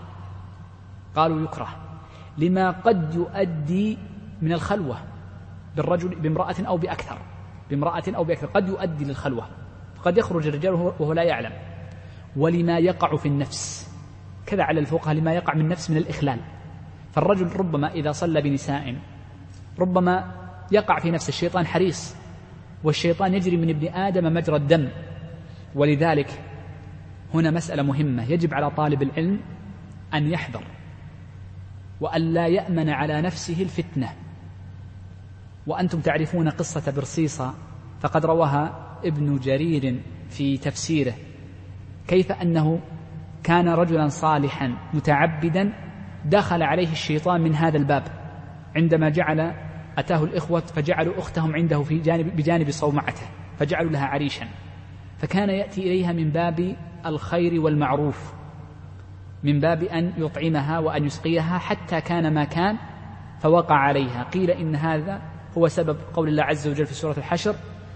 يكره لما قد يؤدي من الخلوة بالرجل بامرأة أو بأكثر قد يؤدي للخلوة، قد يخرج الرجال وهو لا يعلم. ولما يقع في النفس، كذا على الفقهاء لما يقع من النفس من الإخلال، فالرجل ربما إذا صلى بنساء ربما يقع في نفس الشيطان حريص، والشيطان يجري من ابن آدم مجرى الدم. ولذلك هنا مسألة مهمة يجب على طالب العلم أن يحذر وأن لا يأمن على نفسه الفتنة. وأنتم تعرفون قصة برصيصة، فقد رواها ابن جرير في تفسيره، كيف أنه كان رجلا صالحا متعبدا دخل عليه الشيطان من هذا الباب، عندما أتاه الإخوة فجعلوا أختهم عنده بجانب صومعته، فجعلوا لها عريشا، فكان يأتي إليها من باب الخير والمعروف، من باب أن يطعمها وأن يسقيها حتى كان ما كان فوقع عليها. قيل إن هذا هو سبب قول الله عز وجل في سورة الحشر،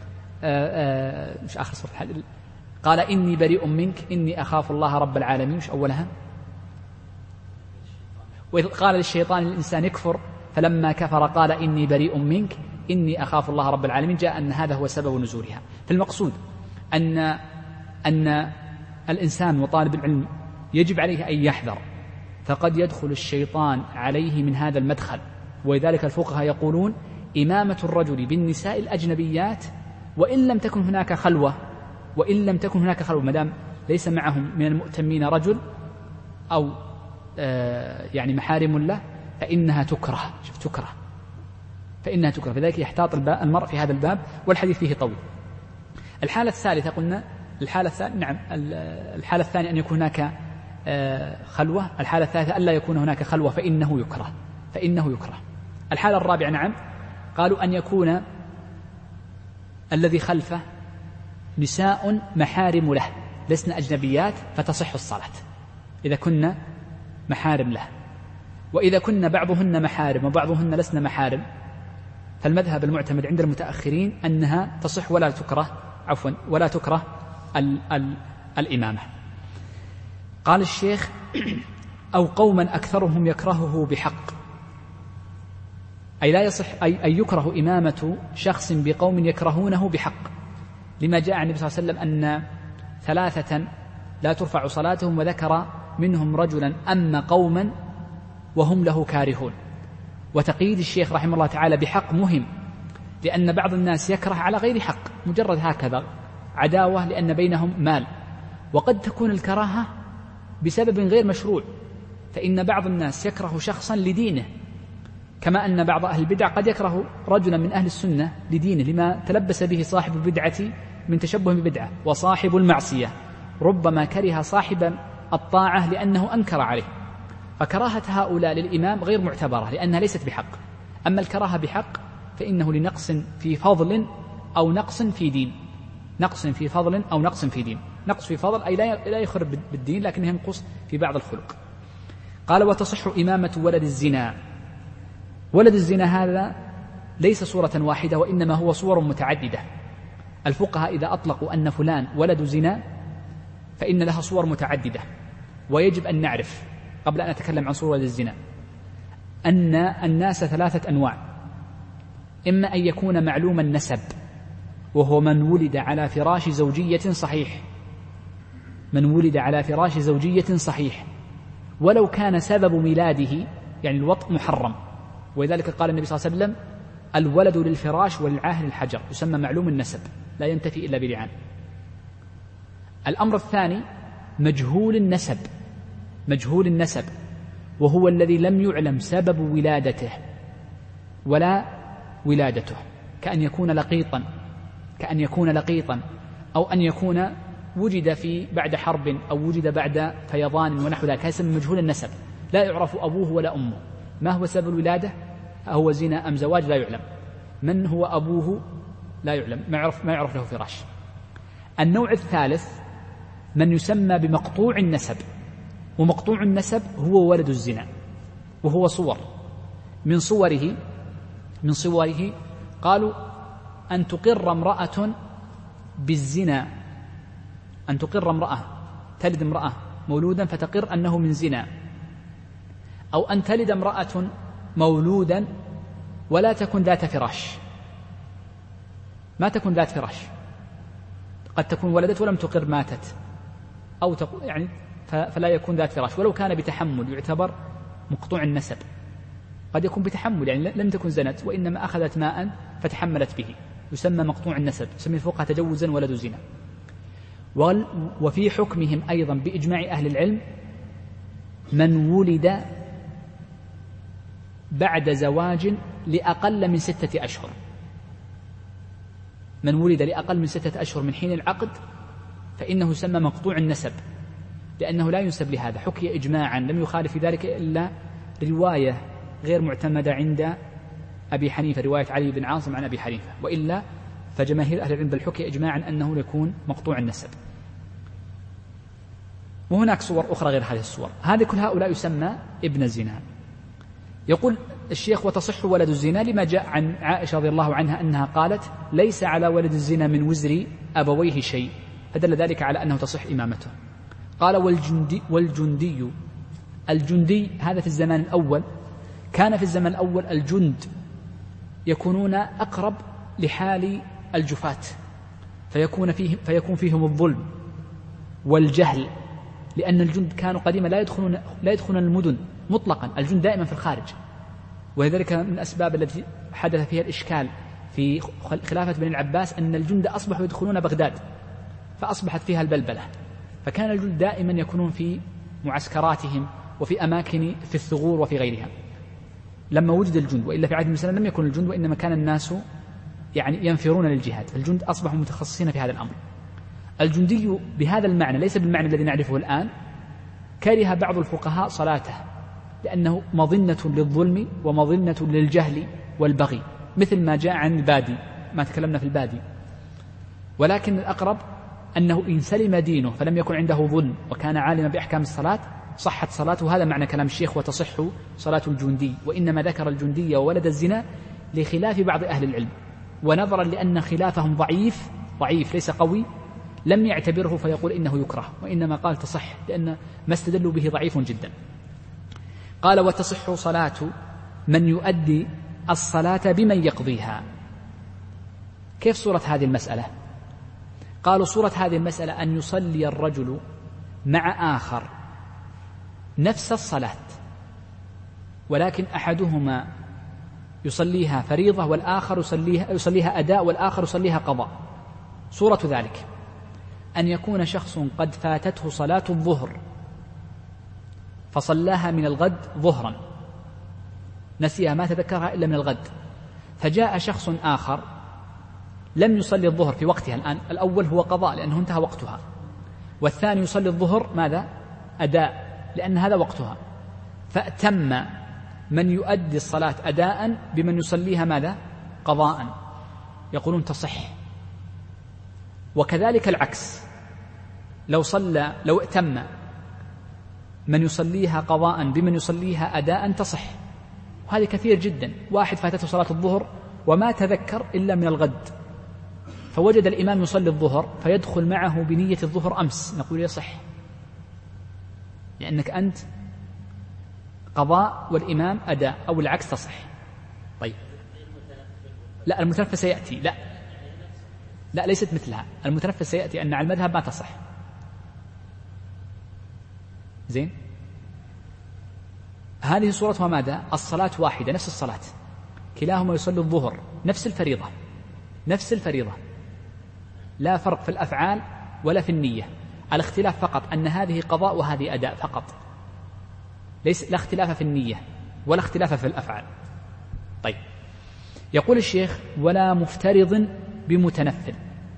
مش آخر سورة الحشر، قال إني بريء منك إني أخاف الله رب العالمين، مش أولها؟ وإذ قال للشيطان الإنسان يكفر فلما كفر قال إني بريء منك إني أخاف الله رب العالمين، جاء أن هذا هو سبب نزولها. فالمقصود أن الإنسان وطالب العلم يجب عليه أن يحذر، فقد يدخل الشيطان عليه من هذا المدخل. ولذلك الفقهاء يقولون إمامة الرجل بالنساء الأجنبيات وإن لم تكن هناك خلوة، مدام ليس معهم من المؤتمين رجل أو يعني محارم له، فإنها تكره. فذلك يحتاط المرء في هذا الباب، والحديث فيه طويل. الحالة الثالثة قلنا الحالة الثانية أن يكون هناك خلوة. الحالة الثالثة ألا يكون هناك خلوة فإنه يكره. الحالة الرابعة قالوا أن يكون الذي خلفه نساء محارم له لسن أجنبيات فتصح الصلاة إذا كنا محارم له. وإذا كنا بعضهن محارم وبعضهن لسن محارم، فالمذهب المعتمد عند المتأخرين أنها تصح ولا تكره الإمامة. قال الشيخ: أو قوما أكثرهم يكرهه بحق، أي لا يصح أي يكره إمامة شخص بقوم يكرهونه بحق، لما جاء عن النبي صلى الله عليه وسلم أن 3 لا ترفع صلاتهم، وذكر منهم رجلا أما قوما وهم له كارهون. وتقييد الشيخ رحمه الله تعالى بحق مهم، لأن بعض الناس يكره على غير حق، مجرد هكذا عداوة لأن بينهم مال، وقد تكون الكراهة بسبب غير مشروع. فإن بعض الناس يكره شخصا لدينه، كما أن بعض أهل البدع قد يكره رجلا من أهل السنة لدينه، لما تلبس به صاحب البدعة من تشبه ببدعة. وصاحب المعصية ربما كره صاحب الطاعة لأنه أنكر عليه، فكراهة هؤلاء للإمام غير معتبرة لأنها ليست بحق. أما الكراهة بحق فإنه لنقص في فضل أو نقص في دين. نقص في فضل أي لا يخرب بالدين، لكنه ينقص في بعض الخلق. قال: وتصح إمامة ولد الزنا. ولد الزنا هذا ليس صورة واحدة، وإنما هو صور متعددة. الفقهاء إذا أطلقوا أن فلان ولد زنا فإن لها صور متعددة، ويجب أن نعرف قبل أن نتكلم عن صور ولد الزنا أن الناس 3 أنواع: إما أن يكون معلوم النسب، وهو من ولد على فراش زوجية صحيح، ولو كان سبب ميلاده يعني الوطء محرم. ولذلك قال النبي صلى الله عليه وسلم: الولد للفراش وللعاهر الحجر، يسمى معلوم النسب لا ينتفي إلا بلعان. الأمر الثاني مجهول النسب، وهو الذي لم يعلم سبب ولادته ولا ولادته، كأن يكون لقيطا أو أن يكون وجد بعد حرب أو وجد بعد فيضان ونحو ذلك، يسمى مجهول النسب، لا يعرف أبوه ولا أمه. ما هو سبب الولادة؟ هو زنا أم زواج؟ لا يعلم. من هو أبوه؟ لا يعلم، ما يعرف له فراش. النوع الثالث من يسمى بمقطوع النسب، ومقطوع النسب هو ولد الزنا، وهو صور. من صوره قالوا أن تقر امرأة بالزنا، أن تقر امرأة تلد امرأة مولودا فتقر أنه من زنا، أو أن تلد امرأة مولودا ولا تكن ذات فراش، قد تكون ولدت ولم تقر ماتت، أو يعني فلا يكون ذات فراش، ولو كان بتحمل يعتبر مقطوع النسب. قد يكون بتحمل يعني لم تكن زنت وإنما أخذت ماء فتحملت به، يسمى مقطوع النسب، يسمى الفقهاء تجوزا ولد زنا. وفي حكمهم أيضا بإجماع أهل العلم من ولد بعد زواج لأقل من 6 أشهر، من ولد لأقل من 6 أشهر من حين العقد فإنه يسمى مقطوع النسب، لأنه لا ينسب لهذا. حكي إجماعا، لم يخالف في ذلك إلا رواية غير معتمدة عند أبي حنيفة، رواية علي بن عاصم عن أبي حنيفة، وإلا فجماهير أهل العلم بالحكي إجماعا أنه يكون مقطوع النسب. وهناك صور أخرى غير هذه الصور. هذه كل هؤلاء يسمى ابن الزنا. يقول الشيخ: وتصح ولد الزنا لما جاء عن عائشة رضي الله عنها أنها قالت: ليس على ولد الزنا من وزر أبويه شيء، فدل ذلك على أنه تصح إمامته. قال: الجندي هذا في الزمان الأول، كان في الزمن الأول الجند يكونون أقرب لحال الجفاة، فيكون فيهم الظلم والجهل، لأن الجند كانوا قديما لا يدخلون المدن مطلقا، الجند دائما في الخارج. ولذلك من الأسباب التي حدث فيها الإشكال في خلافة بني العباس أن الجند أصبحوا يدخلون بغداد، فأصبحت فيها البلبلة، فكان الجند دائما يكونون في معسكراتهم وفي أماكن في الثغور وفي غيرها لما وجد الجند. وإلا في عهد النبي صلى الله عليه وسلم لم يكن الجند، وإنما كان الناس ينفرون للجهاد، الجند أصبحوا متخصصين في هذا الأمر. الجندي بهذا المعنى ليس بالمعنى الذي نعرفه الآن. كره بعض الفقهاء صلاته لأنه مظنة للظلم ومظنة للجهل والبغي، مثل ما جاء عن البادي، ما تكلمنا في البادي. ولكن الأقرب أنه إن سلم دينه فلم يكن عنده ظلم وكان عالما بأحكام الصلاة صحت صلاته. هذا معنى كلام الشيخ: وتصح صلاة الجندي. وإنما ذكر الجندي وولد الزنا لخلاف بعض أهل العلم، ونظرا لأن خلافهم ضعيف ليس قوي، لم يعتبره فيقول إنه يكره، وإنما قال تصح لأن ما استدلوا به ضعيف جدا. قال: وتصح صلاة من يؤدي الصلاة بمن يقضيها. كيف صورة هذه المسألة؟ قالوا: صورة هذه المسألة أن يصلي الرجل مع آخر نفس الصلاة، ولكن أحدهما يصليها فريضة والآخر يصليها أداء والآخر يصليها قضاء. صورة ذلك أن يكون شخص قد فاتته صلاة الظهر فصلاها من الغد ظهرا، نسيها ما تذكرها إلا من الغد، فجاء شخص آخر لم يصلي الظهر في وقتها الآن، الأول هو قضاء لأنه انتهى وقتها، والثاني يصلي الظهر ماذا؟ أداء لأن هذا وقتها، فأتم من يؤدي الصلاة أداء بمن يصليها ماذا؟ قضاء، يقولون تصح. وكذلك العكس، لو ائتم من يصليها قضاء بمن يصليها أداء تصح. وهذا كثير جدا، واحد فاتته صلاة الظهر وما تذكر إلا من الغد، فوجد الإمام يصلي الظهر فيدخل معه بنية الظهر أمس، نقول يصح لأنك أنت قضاء والإمام أداء، أو العكس تصح. طيب لا، المتنفس سيأتي، لا ليست مثلها، المتنفس سيأتي أن على المذهب ما تصح. زين، هذه صورتها ماذا؟ الصلاة واحدة، نفس الصلاة، كلاهما يصلي الظهر، نفس الفريضة، لا فرق في الأفعال ولا في النية، الاختلاف فقط أن هذه قضاء وهذه أداء فقط، لا اختلاف في النية ولا اختلاف في الأفعال. طيب، يقول الشيخ: ولا مفترض بمتنفل.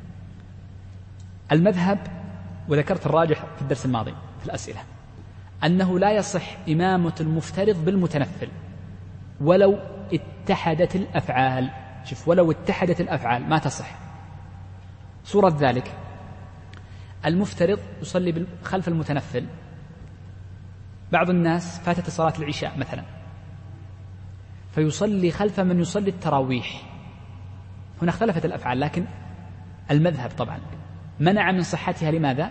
المذهب، وذكرت الراجح في الدرس الماضي في الأسئلة، أنه لا يصح إمامة المفترض بالمتنفل ولو اتحدت الأفعال. شوف، ولو اتحدت الأفعال ما تصح. صورة ذلك: المفترض يصلي خلف المتنفل، بعض الناس فاتت صلاة العشاء مثلا فيصلي خلف من يصلي التراويح، هنا اختلفت الأفعال، لكن المذهب طبعا منع من صحتها. لماذا؟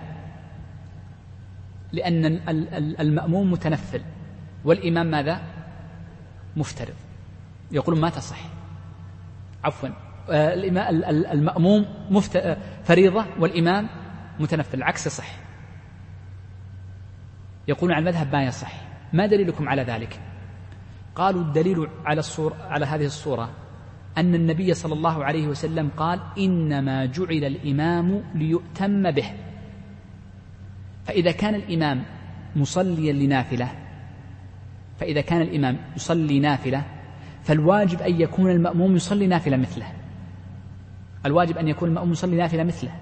لأن المأموم متنفل والإمام ماذا؟ مفترض، يقولون ما تصح. عفوا، المأموم فريضة والإمام متنفل، العكس صح. يقولون على المذهب ما يصح. ما دليلكم على ذلك؟ قالوا: الدليل على هذه الصورة أن النبي صلى الله عليه وسلم قال: إنما جعل الإمام ليؤتم به. فإذا كان الإمام مصليا لنافلة، فإذا كان الإمام يصلي نافلة فالواجب أن يكون المأموم يصلي نافلة مثله، الواجب أن يكون المأموم يصلي نافلة مثله،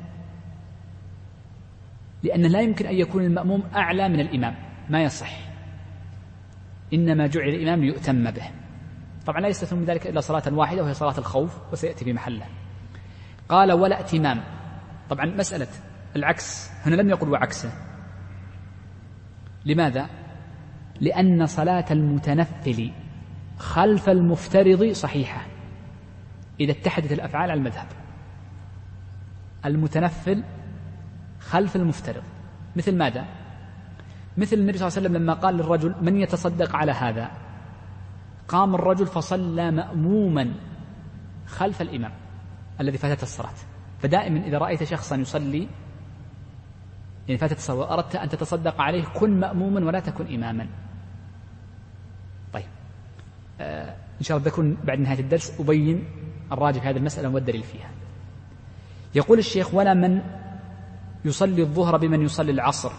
لأن لا يمكن أن يكون المأموم أعلى من الإمام، ما يصح. إنما جعل الإمام ليؤتم به. طبعا لا يستثنى من ذلك إلا صلاة واحدة وهي صلاة الخوف، وسيأتي في محله. قال: ولا ائتمام. طبعا مسألة العكس هنا لم يقل وعكسه، لماذا؟ لأن صلاة المتنفل خلف المفترض صحيحة إذا اتحدت الأفعال على المذهب. المتنفل خلف المفترض مثل ماذا؟ مثل النبي صلى الله عليه وسلم لما قال للرجل من يتصدق على هذا، قام الرجل فصلى مأموما خلف الإمام الذي فاتت الصلاة. فدائما إذا رأيت شخصا يصلي يعني فاتت الصلاة وأردت أن تتصدق عليه كن مأموما ولا تكن إماما. طيب إن شاء الله بكون بعد نهاية الدرس أبين الراجح في هذه المسألة والدليل فيها. يقول الشيخ ولا من يصلي الظهر بمن يصلي العصر،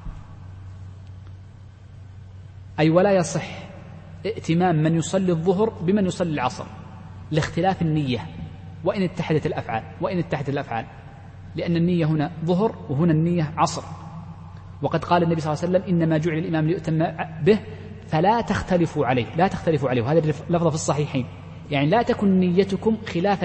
أي ولا يصح ائتمام من يصلي الظهر بمن يصلي العصر لاختلاف النية وإن اتحدت الأفعال لأن النية هنا ظهر وهنا النية عصر. وقد قال النبي صلى الله عليه وسلم إنما جعل الإمام ليؤتم به فلا تختلفوا عليه، وهذا لفظ في الصحيحين، يعني لا تكن نيتكم خلاف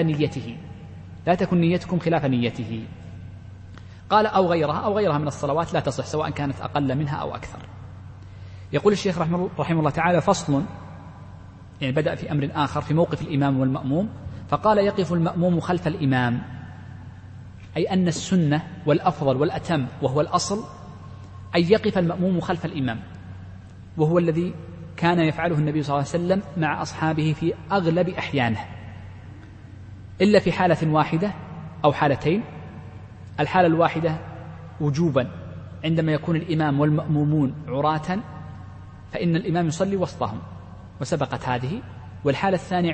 نيته. قال أو غيرها من الصلوات لا تصح سواء كانت أقل منها أو أكثر. يقول الشيخ رحمه الله تعالى فصل، يعني بدأ في أمر آخر في موقف الإمام والمأموم، فقال يقف المأموم خلف الإمام، أي أن السنة والأفضل والأتم وهو الأصل أن يقف المأموم خلف الإمام، وهو الذي كان يفعله النبي صلى الله عليه وسلم مع أصحابه في أغلب أحيانه، إلا في حالة واحدة أو حالتين. الحالة الواحدة وجوبا عندما يكون الإمام والمأمومون عراة فإن الإمام يصلي وسطهم وسبقت هذه. والحالة الثانية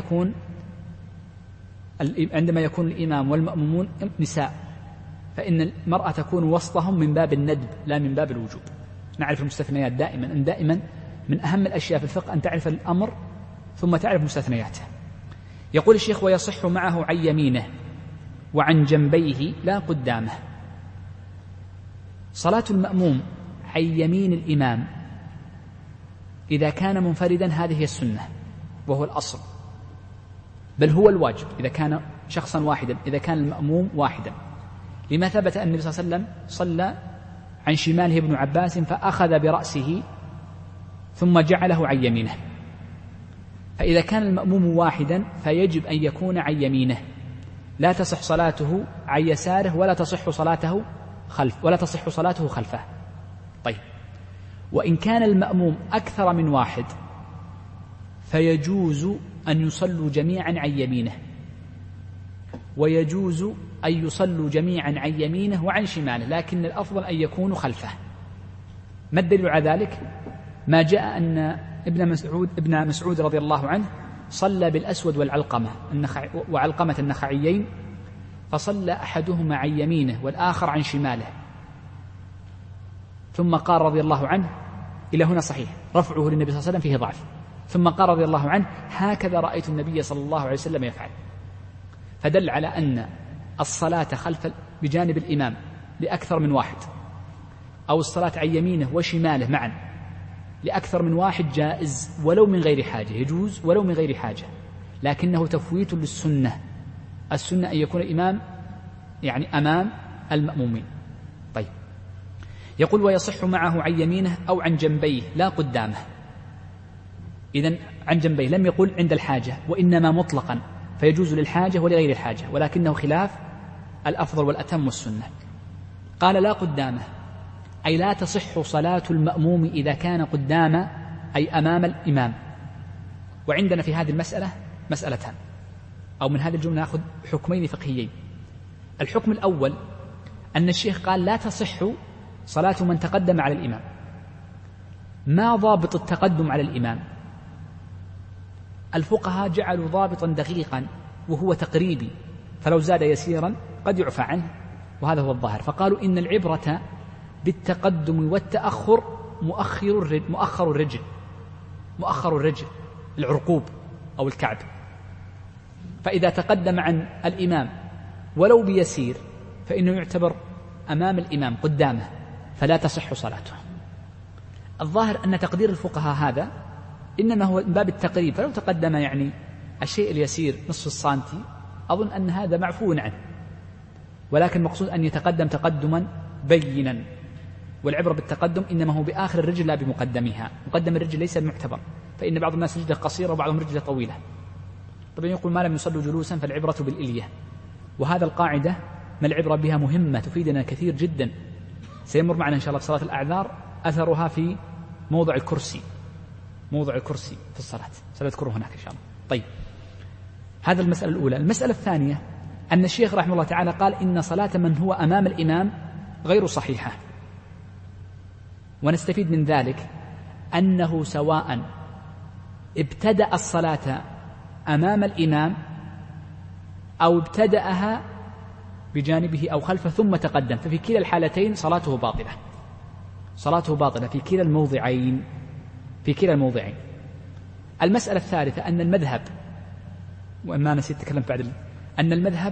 عندما يكون الإمام والمأمومون نساء فإن المرأة تكون وسطهم من باب الندب لا من باب الوجوب. نعرف المستثنيات دائما من أهم الأشياء في الفقه أن تعرف الأمر ثم تعرف مستثنياته. يقول الشيخ ويصح معه عن يمينه وعن جنبيه لا قدامه. صلاة المأموم عن يمين الإمام إذا كان منفردا هذه هي السنة وهو الأصل، بل هو الواجب إذا كان شخصا واحدا، إذا كان المأموم واحدا، لما ثبت أن النبي صلى الله عليه وسلم صلى عن شماله ابن عباس فأخذ برأسه ثم جعله عن يمينه. فإذا كان المأموم واحدا فيجب أن يكون عن يمينه، لا تصح صلاته عن يساره ولا تصح صلاته خلفه. طيب وإن كان المأموم أكثر من واحد فيجوز أن يصلوا جميعا عن يمينه، ويجوز أن يصلوا جميعا عن يمينه وعن شماله، لكن الأفضل أن يكونوا خلفه. ما الدليل على ذلك؟ ما جاء أن ابن مسعود رضي الله عنه صلى بالأسود وعلقمة النخعيين، فصلى أحدهما عن يمينه والآخر عن شماله، ثم قال رضي الله عنه، إلى هنا صحيح، رفعه للنبي صلى الله عليه وسلم فيه ضعف، ثم قال رضي الله عنه هكذا رأيت النبي صلى الله عليه وسلم يفعل. فدل على أن الصلاة بجانب الإمام لأكثر من واحد، أو الصلاة عن يمينه وشماله معا لأكثر من واحد جائز ولو من غير حاجة، يجوز ولو من غير حاجة، لكنه تفويت للسنة. السنة أن يكون الإمام يعني أمام المأمومين. طيب يقول ويصح معه عن يمينه أو عن جنبيه لا قدامه. إذن عن جنبيه لم يقل عند الحاجة، وإنما مطلقا، فيجوز للحاجة ولغير الحاجة، ولكنه خلاف الأفضل والأتم والسنة. قال لا قدامه، أي لا تصح صلاة المأموم إذا كان قدام أي أمام الإمام. وعندنا في هذه المسألة مسألتان، أو من هذه الجملة نأخذ حكمين فقهيين. الحكم الأول أن الشيخ قال لا تصح صلاة من تقدم على الإمام. ما ضابط التقدم على الإمام؟ الفقهاء جعلوا ضابطا دقيقا وهو تقريبي، فلو زاد يسيرا قد يعفى عنه، وهذا هو الظاهر. فقالوا إن العبرة بالتقدم والتأخر مؤخر الرجل العرقوب أو الكعب. فإذا تقدم عن الإمام ولو بيسير فإنه يعتبر أمام الإمام قدامه، فلا تصح صلاته. الظاهر أن تقدير الفقهاء هذا إنما هو من باب التقريب، فلو تقدم يعني الشيء اليسير نصف السنتي أظن أن هذا معفو عنه، ولكن مقصود أن يتقدم تقدما بينا. والعبرة بالتقدم إنما هو بآخر الرجل لا بمقدمها. مقدم الرجل ليس المعتبر، فإن بعض الناس رجله قصيرة وبعضهم رجله طويلة. طبعا يقول ما لم يصلوا جلوسا فالعبرة بالإلية، وهذا القاعدة ما العبرة بها مهمة تفيدنا كثير جدا، سيمر معنا إن شاء الله في صلاة الأعذار أثرها في موضع الكرسي في الصلاة، سنذكره هناك إن شاء الله. طيب، هذا المسألة الأولى. المسألة الثانية أن الشيخ رحمه الله تعالى قال إن صلاة من هو أمام الإمام غير صحيحة، ونستفيد من ذلك أنه سواء ابتدأ الصلاة أمام الإمام أو ابتدأها بجانبه أو خلفه ثم تقدم، ففي كلا الحالتين صلاته باطلة في كلا الموضعين. المسألة الثالثة أن المذهب، وما نسيت تكلم بعد، أن المذهب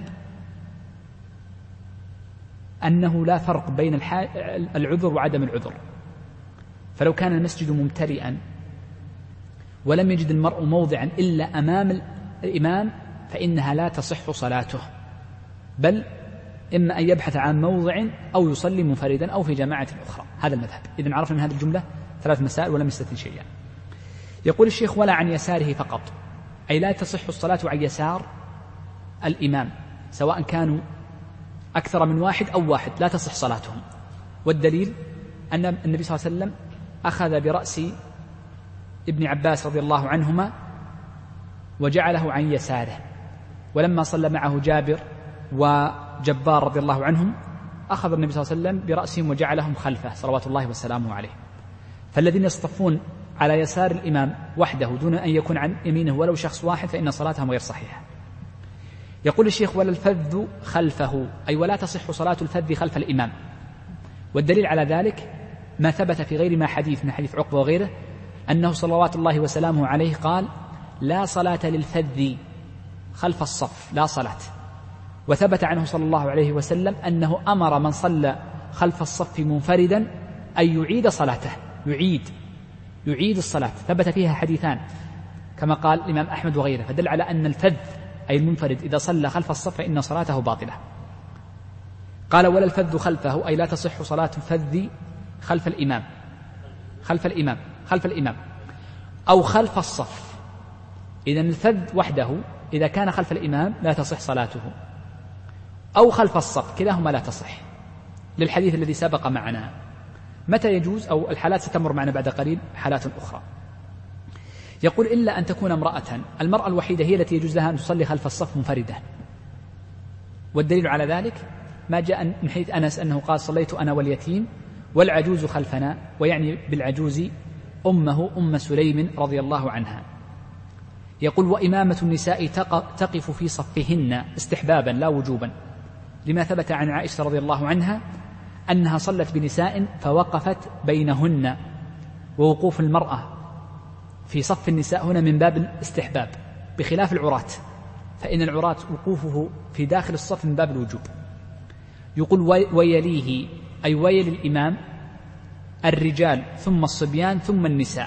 أنه لا فرق بين العذر وعدم العذر، فلو كان المسجد ممتلئا ولم يجد المرء موضعا إلا أمام الإمام فإنها لا تصح صلاته، بل إما أن يبحث عن موضع أو يصلي منفردا أو في جماعة أخرى. هذا المذهب. إذن عرفنا من هذه الجملة 3 مسائل ولم يستثن شيئا. يقول الشيخ ولا عن يساره فقط، أي لا تصح الصلاة عن يسار الإمام، سواء كانوا أكثر من واحد أو واحد لا تصح صلاتهم. والدليل أن النبي صلى الله عليه وسلم أخذ برأس ابن عباس رضي الله عنهما وجعله عن يساره، ولما صلى معه جابر وجبار رضي الله عنهم أخذ النبي صلى الله عليه وسلم برأسهم وجعلهم خلفه صلوات الله وسلامه عليه. فالذين يصطفون على يسار الإمام وحده دون أن يكون عن يمينه ولو شخص واحد فإن صلاتهم غير صحيحة. يقول الشيخ ولا الفذ خلفه، أي ولا تصح صلاة الفذ خلف الإمام. والدليل على ذلك ما ثبت في غير ما حديث من حديث عقبة وغيره أنه صلوات الله وسلامه عليه قال لا صلاة للفذ خلف الصف، لا صلاة. وثبت عنه صلى الله عليه وسلم أنه أمر من صلى خلف الصف منفردا أن يعيد صلاته، يعيد الصلاة، ثبت فيها حديثان كما قال الإمام أحمد وغيره، فدل على أن الفذ أي المنفرد إذا صلى خلف الصف فإن صلاته باطلة. قال ولا الفذ خلفه، أي لا تصح صلاة الفذ خلف الإمام أو خلف الصف. إذن الفذ وحده إذا كان خلف الإمام لا تصح صلاته، أو خلف الصف، كلاهما لا تصح، للحديث الذي سبق معنا. متى يجوز؟ أو الحالات ستمر معنا بعد قليل حالات أخرى. يقول إلا أن تكون امرأة، المرأة الوحيدة هي التي يجوز لها أن تصلي خلف الصف منفردة. والدليل على ذلك ما جاء من حديث أنس أنه قال صليت أنا واليتيم والعجوز خلفنا، ويعني بالعجوز أمه أم سليم رضي الله عنها. يقول وإمامة النساء تقف في صفهن استحبابا لا وجوبا، لما ثبت عن عائشة رضي الله عنها أنها صلت بنساء فوقفت بينهن، ووقوف المرأة في صف النساء هنا من باب الاستحباب بخلاف العراة، فإن العراة وقوفه في داخل الصف من باب الوجوب. يقول ويليه، أي ويل الإمام الرجال ثم الصبيان ثم النساء.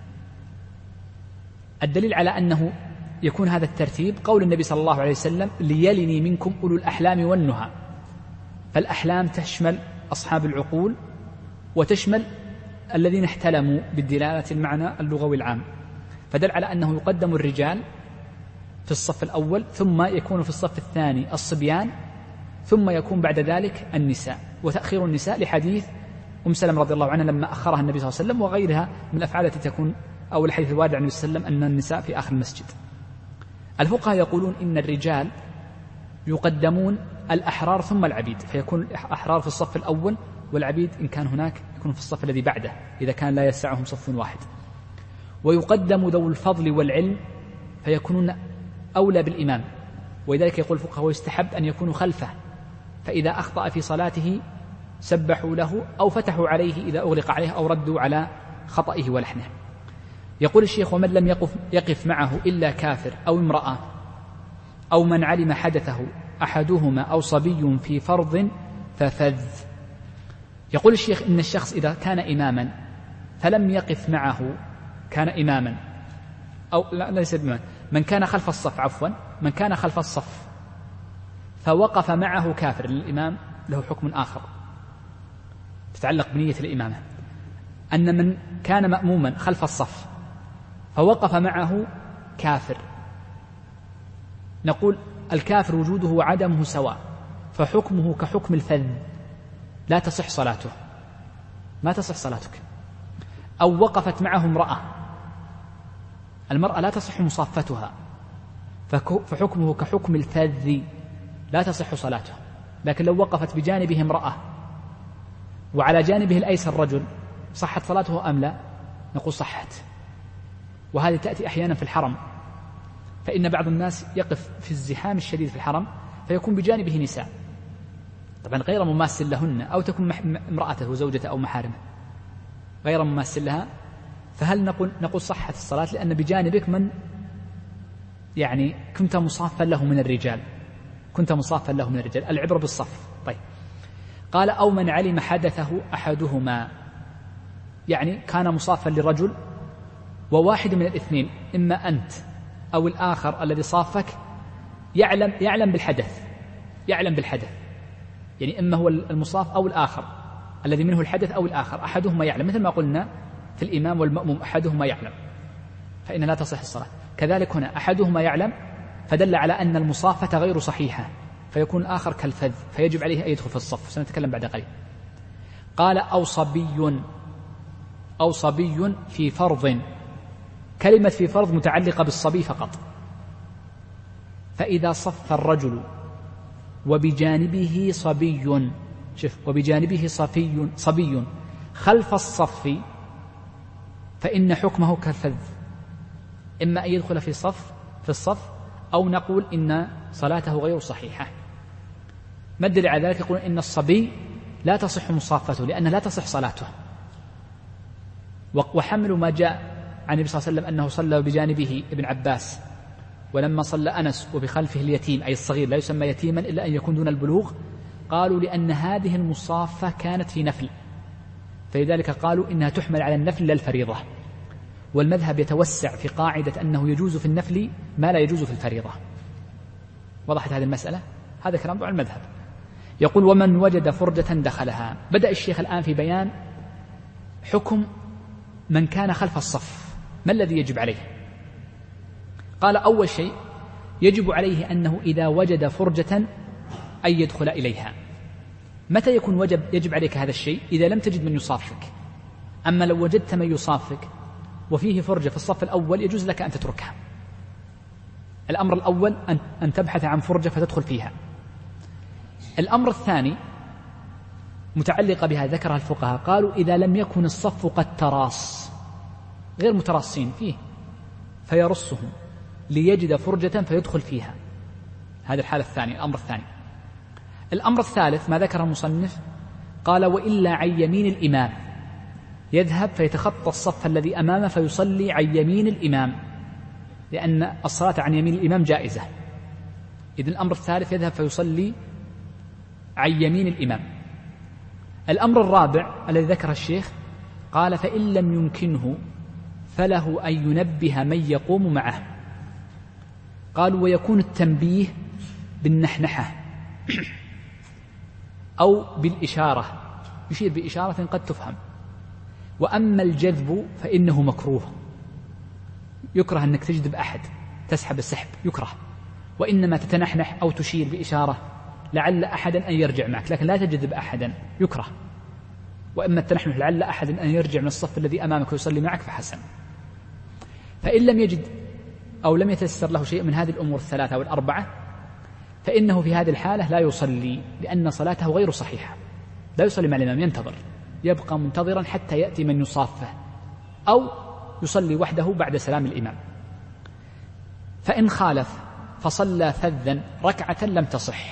الدليل على أنه يكون هذا الترتيب قول النبي صلى الله عليه وسلم ليلني منكم أولو الأحلام والنهى، فالأحلام تشمل أصحاب العقول وتشمل الذين احتلموا بالدلالة المعنى اللغوي العام، فدل على أنه يقدم الرجال في الصف الأول ثم يكون في الصف الثاني الصبيان ثم يكون بعد ذلك النساء، وتأخير النساء لحديث أم سلمة رضي الله عنها لما أخرها النبي صلى الله عليه وسلم، وغيرها من الأفعال التي تكون أو الحديث الوارد عن النبي صلى الله عليه وسلم أن النساء في آخر المسجد. الفقهاء يقولون إن الرجال يقدمون الأحرار ثم العبيد، فيكون الأحرار في الصف الأول والعبيد إن كان هناك يكون في الصف الذي بعده إذا كان لا يسعهم صف واحد. ويقدم ذو الفضل والعلم فيكونون أولى بالإمام، ولذلك يقول الفقهاء ويستحب أن يكونوا خلفه، فإذا أخطأ في صلاته سبحوا له أو فتحوا عليه إذا أغلق عليه أو ردوا على خطئه ولحنه. يقول الشيخ ومن لم يقف معه إلا كافر أو امرأة أو من علم حدثه أحدهما أو صبي في فرض ففذ. يقول الشيخ إن الشخص إذا كان إماما فلم يقف معه كان إماما، أو لا ليس بإمام، من كان خلف الصف عفوا، من كان خلف الصف فوقف معه كافر، للإمام له حكم آخر، تتعلق بنية الإمامة، أن من كان مأموما خلف الصف فوقف معه كافر، نقول الكافر وجوده وعدمه سواء، فحكمه كحكم الفذ، لا تصح صلاته، ما تصح صلاتك. أو وقفت معه امرأة، المرأة لا تصح مصافتها، فحكمه كحكم الفذ، لا تصح صلاته. لكن لو وقفت بجانبه امرأة وعلى جانبه الأيسر رجل، صحت صلاته أم لا؟ نقول صحت. وهذه تأتي أحيانا في الحرم، فإن بعض الناس يقف في الزحام الشديد في الحرم فيكون بجانبه نساء، طبعا غير مماس لهن، أو تكون امرأته وزوجته أو محارمه غير مماس لها، فهل نقول صحت الصلاة لأن بجانبك من يعني كنت مصافا له من الرجال، كنت مصافا له من الرجال، العبرة بالصف. طيب، قال أو من علم حدثه أحدهما، يعني كان مصافا لرجل وواحد من الاثنين، إما أنت أو الآخر الذي صافك يعلم بالحدث، يعني إما هو المصاف أو الآخر الذي منه الحدث أو الآخر، أحدهما يعلم، مثل ما قلنا في الإمام والمأموم أحدهما يعلم فإن لا تصح الصلاة. كذلك هنا أحدهما يعلم، فدل على أن المصافة غير صحيحة، فيكون الآخر كالفذ، فيجب عليه أن يدخل في الصف، سنتكلم بعد قليل. قال أو صبي في فرض، كلمة في فرض متعلقة بالصبي فقط، فإذا صف الرجل وبجانبه صبي، وبجانبه صبي خلف الصف فإن حكمه كالفذ، إما أن يدخل في الصف أو نقول إن صلاته غير صحيحة. ما الدليل على ذلك؟ يقول إن الصبي لا تصح مصافته لأن لا تصح صلاته، وحمل ما جاء عن النبي صلى الله عليه وسلم أنه صلى بجانبه ابن عباس، ولما صلى أنس وبخلفه اليتيم، أي الصغير لا يسمى يتيما إلا أن يكون دون البلوغ، قالوا لأن هذه المصافة كانت في نفل، فلذلك قالوا إنها تحمل على النفل لا الفريضة. والمذهب يتوسع في قاعدة أنه يجوز في النفل ما لا يجوز في الفريضة. وضحت هذه المسألة؟ هذا كلام على المذهب. يقول ومن وجد فرجة دخلها. بدأ الشيخ الآن في بيان حكم من كان خلف الصف، ما الذي يجب عليه؟ قال أول شيء يجب عليه أنه إذا وجد فرجة أن يدخل إليها. متى يكون يجب عليك هذا الشيء؟ إذا لم تجد من يصافك. أما لو وجدت من يصافك وفيه فرجة في الصف الأول يجوز لك أن تتركها. الأمر الأول أن تبحث عن فرجة فتدخل فيها. الأمر الثاني متعلقة بها ذكرها الفقهاء، قالوا إذا لم يكن الصف قد تراص، غير متراصين فيه، فيرصهم ليجد فرجة فيدخل فيها. هذه الحالة الثانية، الأمر الثاني. الأمر الثالث ما ذكر المصنف، قال وإلا عن يمين الإمام، يذهب فيتخطى الصف الذي أمامه فيصلي عن يمين الإمام، لأن الصلاة عن يمين الإمام جائزة. إذن الأمر الثالث يذهب فيصلي عن يمين الإمام. الأمر الرابع الذي ذكر الشيخ، قال فإن لم يمكنه فله أن ينبه من يقوم معه. قالوا ويكون التنبيه بالنحنحة أو بالإشارة، يشير بإشارة قد تفهم. وأما الجذب فإنه مكروه، يكره أنك تجذب أحد تسحب السحب، يكره. وإنما تتنحنح أو تشير بإشارة لعل أحدا أن يرجع معك، لكن لا تجذب أحدا، يكره. وإما التنحنح لعل أحدا أن يرجع من الصف الذي أمامك ويصلي معك فحسن. فإن لم يجد أو لم يتيسر له شيء من هذه الأمور الثلاثة أو الأربعة فإنه في هذه الحالة لا يصلي، لأن صلاته غير صحيحة. لا يصلي مع الإمام، ينتظر، يبقى منتظرا حتى يأتي من يصافه، أو يصلي وحده بعد سلام الإمام. فإن خالف فصلى فذا ركعة لم تصح.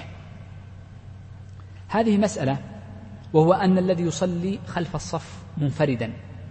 هذه مسألة، وهو أن الذي يصلي خلف الصف منفردا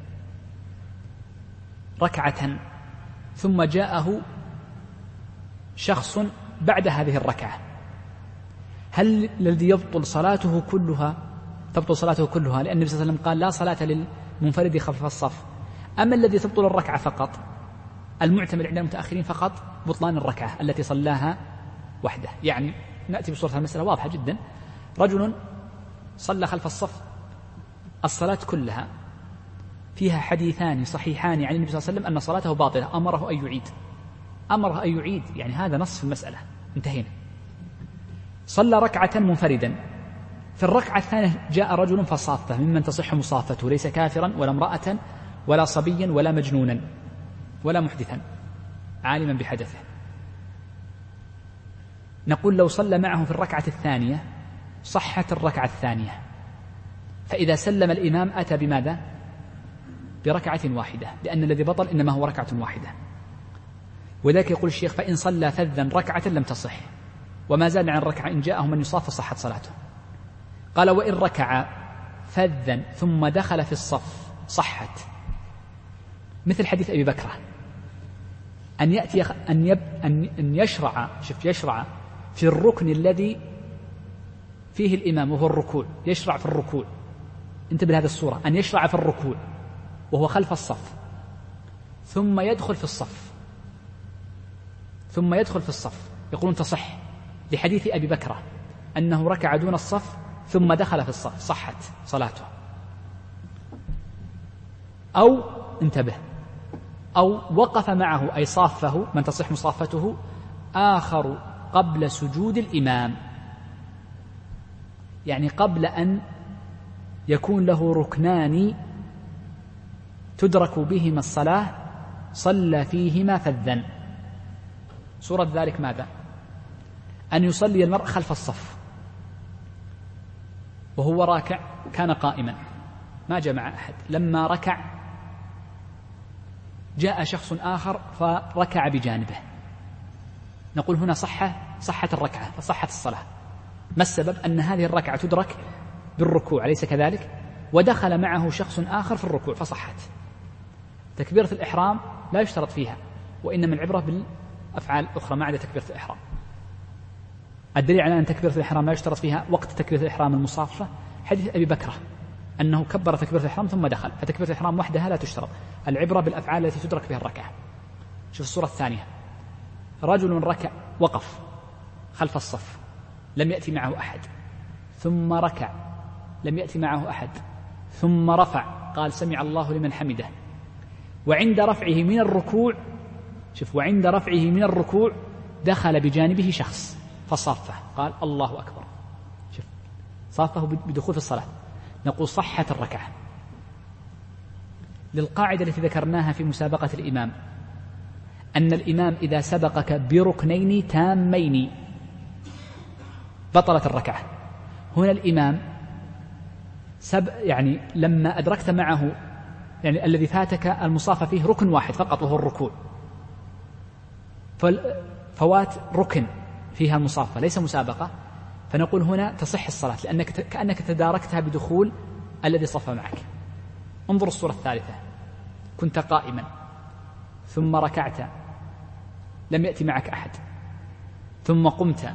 ركعة ثم جاءه شخص بعد هذه الركعة، هل الذي يبطل صلاته كلها تبطل صلاته كلها؟ لأن النبي صلى الله عليه وسلم قال لا صلاة للمنفرد خلف الصف. أما الذي تبطل الركعة فقط، المعتمد عند المتأخرين فقط بطلان الركعة التي صلاها وحده. يعني نأتي بصورة المسألة واضحة جدا، رجل صلى خلف الصف الصلاة كلها فيها حديثان صحيحان عن النبي صلى الله عليه وسلم أن صلاته باطلة، أمره أن يعيد، يعني هذا نص في المسألة، انتهينا. صلى ركعة منفردا، في الركعة الثانية جاء رجل فصافه ممن تصح مصافته، ليس كافرا ولا امرأة ولا صبيا ولا مجنونا ولا محدثا عالما بحدثه. نقول لو صلى معه في الركعة الثانية صحت الركعة الثانية، فإذا سلم الإمام أتى بماذا؟ بركعة واحدة، لأن الذي بطل إنما هو ركعة واحدة. وذلك يقول الشيخ فإن صلى فذا ركعة لم تصح، وما زال عن الركعة إن جاءه من يصاف فصحت صلاته. قال وإن ركع فذا ثم دخل في الصف صحت، مثل حديث أبي بكرة أن يأتي أن يشرع في الركن الذي فيه الإمام وهو الركوع، يشرع في الركوع، انتبه لهذه الصورة، أن يشرع في الركوع وهو خلف الصف ثم يدخل في الصف يقولون تصح، لحديث أبي بكرة أنه ركع دون الصف ثم دخل في الصف صحت صلاته. أو انتبه، أو وقف معه أي صافه من تصح مصافته آخر قبل سجود الإمام، يعني قبل أن يكون له ركنان تدرك بهما الصلاة صلى فيهما فذا. صورة ذلك ماذا؟ أن يصلي المرء خلف الصف وهو راكع، كان قائما ما جمع أحد، لما ركع جاء شخص آخر فركع بجانبه، نقول هنا صحت الركعة فصحت الصلاة. ما السبب؟ أن هذه الركعة تدرك بالركوع، أليس كذلك؟ ودخل معه شخص آخر في الركوع فصحت. تكبيرة الإحرام لا يشترط فيها، وإنما العبرة بالأفعال الأخرى ما عدا تكبيرة الإحرام. الدليل على أن تكبيرة الإحرام لا يشترط فيها وقت تكبيرة الإحرام المصافة حديث أبي بكرة أنه كبر تكبيرة الإحرام ثم دخل، فتكبيرة الإحرام وحدها لا تشترط، العبرة بالأفعال التي تدرك بها الركعة. شوف الصورة الثانية، رجل ركع وقف خلف الصف لم يأتي معه أحد، ثم ركع لم يأتي معه أحد، ثم رفع قال سمع الله لمن حمده، وعند رفعه من الركوع دخل بجانبه شخص فصافه قال الله أكبر، شوف صافه بدخول في الصلاة، نقول صحت الركعة. للقاعدة التي ذكرناها في مسابقة الإمام أن الإمام إذا سبقك بركنين تامين بطلت الركعة. هنا الإمام يعني لما أدركت معه، يعني الذي فاتك المصافة فيه ركن واحد فقط وهو الركوع، فوات ركن فيها المصافة ليس مسابقة، فنقول هنا تصح الصلاة لأنك كأنك تداركتها بدخول الذي صف معك. انظر الصورة الثالثة، كنت قائما ثم ركعت لم يأتي معك أحد، ثم قمت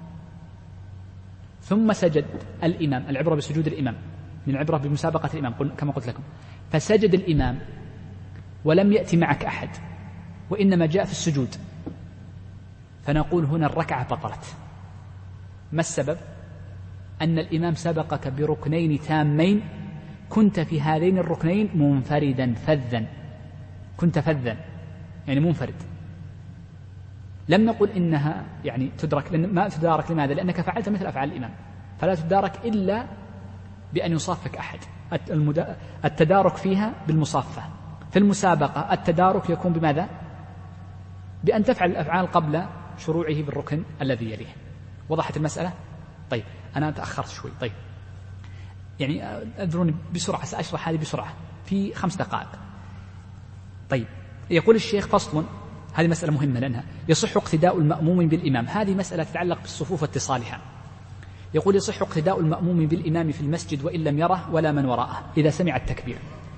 ثم سجد الإمام، العبرة بسجود الإمام من العبرة بمسابقة الإمام كما قلت لكم، فسجد الإمام ولم يأتي معك أحد وإنما جاء في السجود، فنقول هنا الركعة بطلت. ما السبب؟ أن الإمام سبقك بركنين تامين، كنت في هذين الركنين منفردا فذا، كنت فذا يعني منفرد. لم نقل إنها يعني تدرك، لأن ما تدارك. لماذا؟ لأنك فعلت مثل أفعال الإمام، فلا تدارك إلا بأن يصافك أحد. التدارك فيها بالمصافة. في المسابقة التدارك يكون بماذا؟ بأن تفعل الأفعال قبل شروعه بالركن الذي يليه. وضحت المسألة؟ طيب أنا تأخرت شوي. طيب يعني أذروني بسرعة، سأشرح هذه بسرعة في 5 دقائق. طيب يقول الشيخ فصل، هذه مسألة مهمة لأنها يصح اقتداء المأموم بالإمام. هذه مسألة تتعلق بالصفوف واتصالها. يقول يصح اقتداء المأموم بالإمام في المسجد وإن لم يره ولا من وراءه إذا سمع التكبير.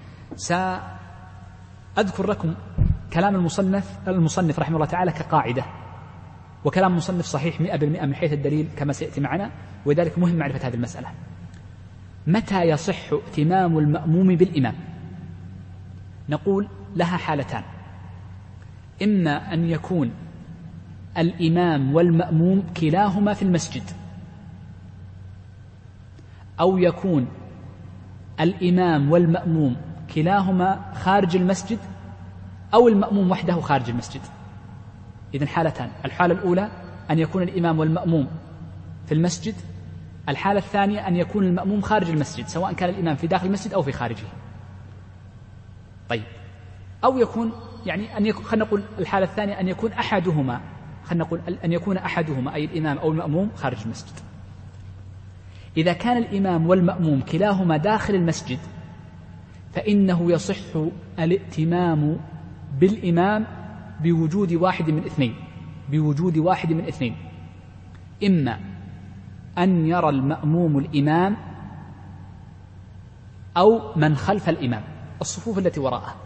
سأذكر لكم كلام المصنف رحمه الله تعالى كقاعدة، وكلام المصنف صحيح 100% من حيث الدليل كما سيأتي معنا، وذلك مهم معرفة هذه المسألة. متى يصح ائتمام المأموم بالإمام؟ نقول لها حالتان، إما أن يكون الإمام والمأموم كلاهما في المسجد، أو يكون الإمام والمأموم كلاهما خارج المسجد أو المأموم وحده خارج المسجد. إذن حالتان: الحالة الأولى أن يكون الإمام والمأموم في المسجد، الحالة الثانية أن يكون المأموم خارج المسجد، سواء كان الإمام في داخل المسجد أو في خارجه. طيب، أو يكون خلينا نقول الحالة الثانية أن يكون أحدهما، أي الإمام أو المأموم خارج المسجد. إذا كان الإمام والمأموم كلاهما داخل المسجد فإنه يصح الائتمام بالإمام بوجود واحد من اثنين: إما أن يرى المأموم الإمام أو من خلف الإمام، الصفوف التي وراءه.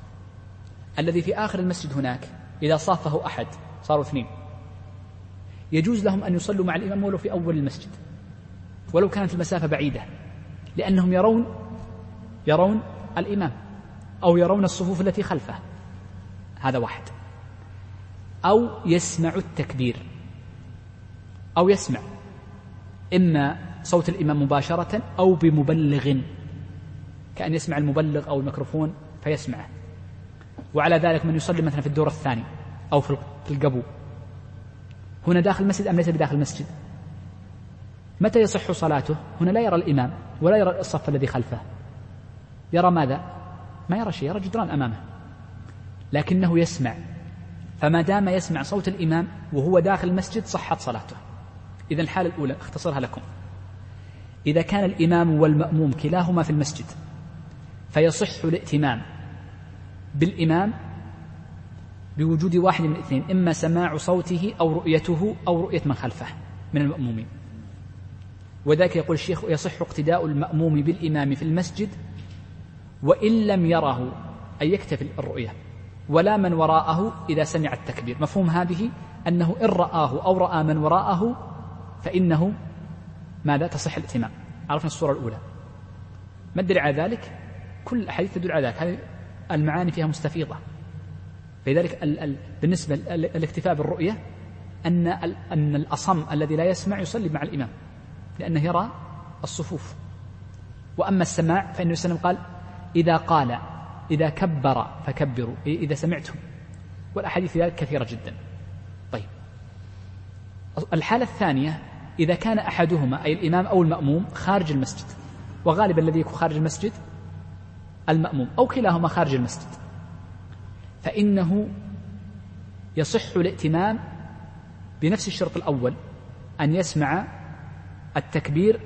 الذي في آخر المسجد هناك إذا صافه أحد صاروا 2، يجوز لهم أن يصلوا مع الإمام ولو في أول المسجد ولو كانت المسافة بعيدة، لأنهم يرون الإمام أو يرون الصفوف التي خلفه. هذا واحد. أو يسمع التكبير، أو يسمع إما صوت الإمام مباشرة أو بمبلغ، كأن يسمع المبلغ أو الميكروفون فيسمعه. وعلى ذلك من يصلي مثلا في الدور الثاني أو في القبو، هنا داخل المسجد أم ليس بداخل المسجد؟ متى يصح صلاته؟ هنا لا يرى الإمام ولا يرى الصف الذي خلفه، يرى ماذا؟ ما يرى شيء، يرى جدران أمامه، لكنه يسمع. فما دام يسمع صوت الإمام وهو داخل المسجد صحت صلاته. إذن الحالة الأولى اختصرها لكم: إذا كان الإمام والمأموم كلاهما في المسجد فيصح الائتمام بالإمام بوجود واحد من اثنين: إما سماع صوته أو رؤيته أو رؤية من خلفه من المأمومين. وذلك يقول الشيخ: يصح اقتداء المأموم بالإمام في المسجد وإن لم يره، أي يكتفي الرؤية، ولا من وراءه إذا سمع التكبير. مفهوم هذه أنه إن رآه أو رأى من وراءه فإنه ماذا؟ تصح الائتمام. عرفنا الصورة الأولى. ما الدليل على ذلك؟ كل الأحاديث تدل على ذلك، هذه المعاني فيها مستفيضة. فلذلك بالنسبة للاكتفاء بالرؤية أن الأصم الذي لا يسمع يصلي مع الإمام لأنه يرى الصفوف. وأما السماع فإنه وسلم قال: إذا كبر فكبروا، إذا سمعتم. والأحاديث ذلك كثيرة جدا. طيب، الحالة الثانية إذا كان أحدهما أي الإمام أو المأموم خارج المسجد، وغالبا الذي يكون خارج المسجد المأموم أو كلاهما خارج المسجد، فإنه يصح الائتمام بنفس الشرط الأول: أن يسمع التكبير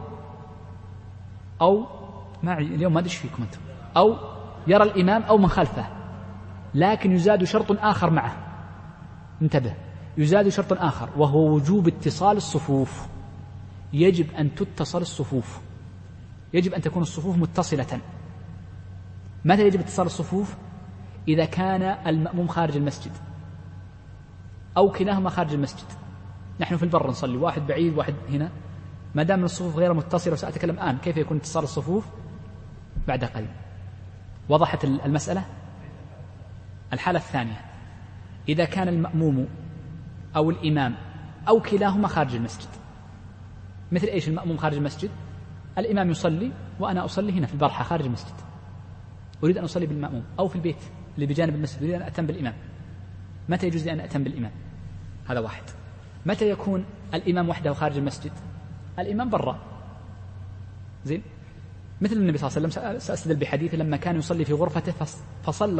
أو معي اليوم ما أدري فيكم أنتم، أو يرى الإمام أو من خلفه. لكن يزاد شرط آخر معه، انتبه، يزاد شرط آخر وهو وجوب اتصال الصفوف. يجب أن تتصل الصفوف، يجب أن تكون الصفوف متصلة. متى يجب اتصال الصفوف؟ إذا كان المأموم خارج المسجد أو كلاهما خارج المسجد. نحن في البر نصلي، واحد بعيد واحد هنا، ما دام الصفوف غير متصلة، وسأتكلم الآن كيف يكون اتصال الصفوف بعد قليل. وضحت المسألة؟ الحالة الثانية إذا كان المأموم أو الإمام أو كلاهما خارج المسجد. مثل إيش المأموم خارج المسجد؟ الإمام يصلي وأنا أصلي هنا في البرحة خارج المسجد، أريد أن أصلي بالمأموم، أو في البيت اللي بجانب المسجد أريد أن أتم بالإمام. متى يجوز لي أن أتم بالإمام؟ هذا واحد. متى يكون الإمام وحده خارج المسجد؟ الإمام برا، زين، مثل النبي صلى الله عليه وسلم. سأستدل بحديث لما كان يصلي في غرفته فصلى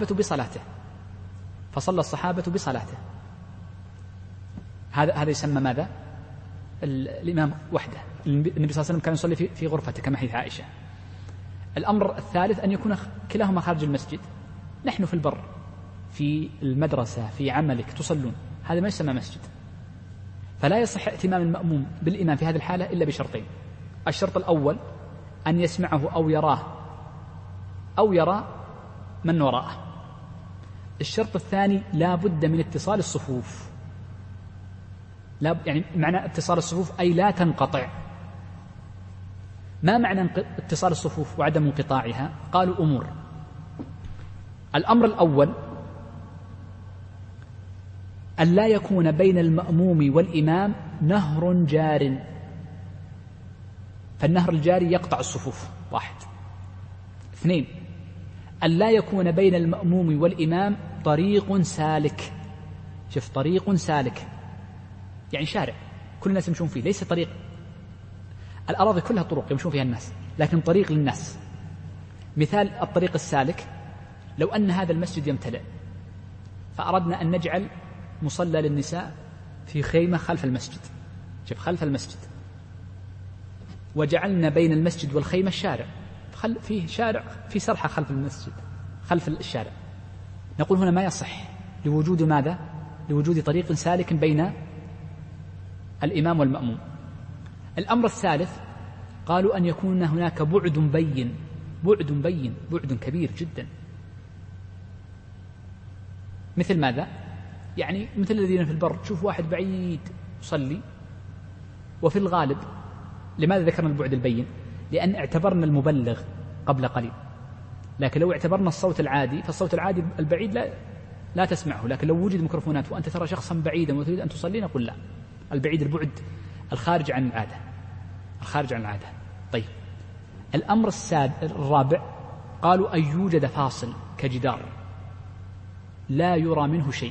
الصحابة بصلاته. هذا يسمى ماذا؟ الإمام وحده. النبي صلى الله عليه وسلم كان يصلي في غرفته كما حديث عائشة. الأمر الثالث أن يكون كلاهما خارج المسجد. نحن في البر، في المدرسة، في عملك تصلون، هذا ما يسمى مسجد. فلا يصح ائتمام المأموم بالإمام في هذه الحالة إلا بشرطين: الشرط الأول أن يسمعه أو يراه أو يرى من وراءه. الشرط الثاني لا بد من اتصال الصفوف. يعني معنى اتصال الصفوف أي لا تنقطع. ما معنى اتصال الصفوف وعدم انقطاعها؟ قالوا أمور. الأمر الأول أن لا يكون بين المأموم والإمام نهر جار، فالنهر الجاري يقطع الصفوف واحد. 2 أن لا يكون بين المأموم والإمام طريق سالك. شوف، طريق سالك يعني شارع كل الناس يمشون فيه، ليس طريق. الأراضي كلها طرق يمشون فيها الناس، لكن طريق للناس. مثال الطريق السالك: لو أن هذا المسجد يمتلئ فأردنا أن نجعل مصلى للنساء في خيمة خلف المسجد، شوف خلف المسجد، وجعلنا بين المسجد والخيمة الشارع، فيه شارع في سرحة خلف المسجد خلف الشارع، نقول هنا ما يصح لوجود ماذا؟ لوجود طريق سالك بين الإمام والمأموم. الأمر الثالث قالوا أن يكون هناك بعد بين، بعد كبير جدا. مثل ماذا؟ يعني مثل الذين في البر، تشوف واحد بعيد يصلي، وفي الغالب لماذا ذكرنا البعد البين؟ لأن اعتبرنا المبلغ قبل قليل، لكن لو اعتبرنا الصوت العادي فالصوت العادي البعيد لا تسمعه، لكن لو وجد ميكروفونات وأنت ترى شخصا بعيدا وتريد أن تصلي نقول لا، البعيد البعد الخارج عن العادة. طيب، الأمر الرابع قالوا أن يوجد فاصل كجدار لا يرى منه شيء،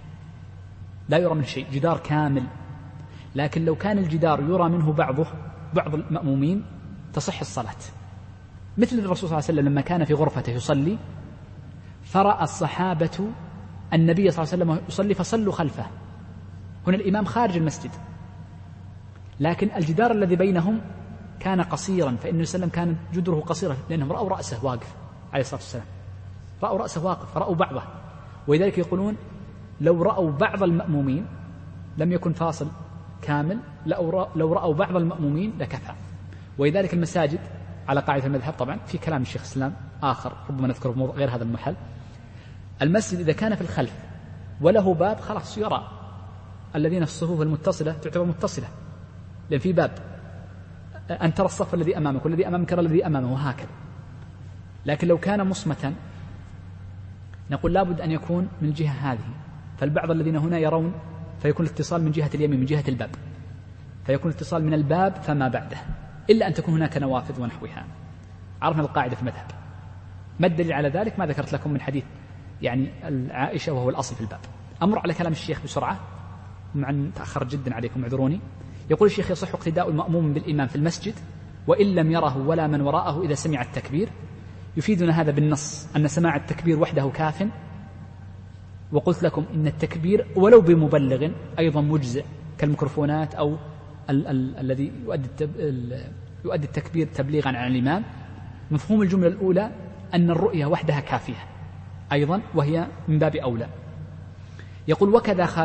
جدار كامل، لكن لو كان الجدار يرى منه بعض المأمومين تصح الصلاة. مثل الرسول صلى الله عليه وسلم لما كان في غرفته يصلي فرأى الصحابة النبي صلى الله عليه وسلم يصلي فصلوا خلفه، هنا الإمام خارج المسجد، لكن الجدار الذي بينهم كان قصيرا، فإن النبي صلى الله عليه وسلم كان جدره قصيرا، لأنهم رأوا رأسه واقف عليه الصلاة والسلام، رأوا رأسه واقف، رأوا بعضه، ولذلك يقولون لو رأوا بعض المأمومين لم يكن فاصل كامل، لو رأوا بعض المأمومين لكفى. ولذلك المساجد على قاعدة المذهب، طبعا في كلام الشيخ الإسلام آخر ربما نذكره في موضوع غير هذا المحل، المسجد إذا كان في الخلف وله باب خلاص يرى الذين في الصفوف المتصلة تعتبر متصلة، لأن في باب أن ترى الصف الذي أمامك والذي أمامك يرى الذي أمامه وهكذا. لكن لو كان مصمتا نقول لابد أن يكون من الجهة هذه، فالبعض الذين هنا يرون فيكون الاتصال من جهة اليمين من جهة الباب، فيكون الاتصال من الباب فما بعده، إلا أن تكون هناك نوافذ ونحوها. عرفنا القاعدة في المذهب. ما الدليل على ذلك؟ ما ذكرت لكم من حديث يعني عائشة وهو الأصل في الباب. أمر على كلام الشيخ بسرعة مع أن تأخر جدا عليكم، اعذروني. يقول الشيخ: يصح اقتداء المأموم بالإمام في المسجد وإن لم يره ولا من وراءه إذا سمع التكبير. يفيدنا هذا بالنص أن سماع التكبير وحده كاف، وقلت لكم إن التكبير ولو بمبلغ أيضا مجزئ كالميكروفونات أو الذي يؤدي التكبير تبليغا عن الإمام. مفهوم الجملة الأولى أن الرؤية وحدها كافية أيضا، وهي من باب أولى. يقول: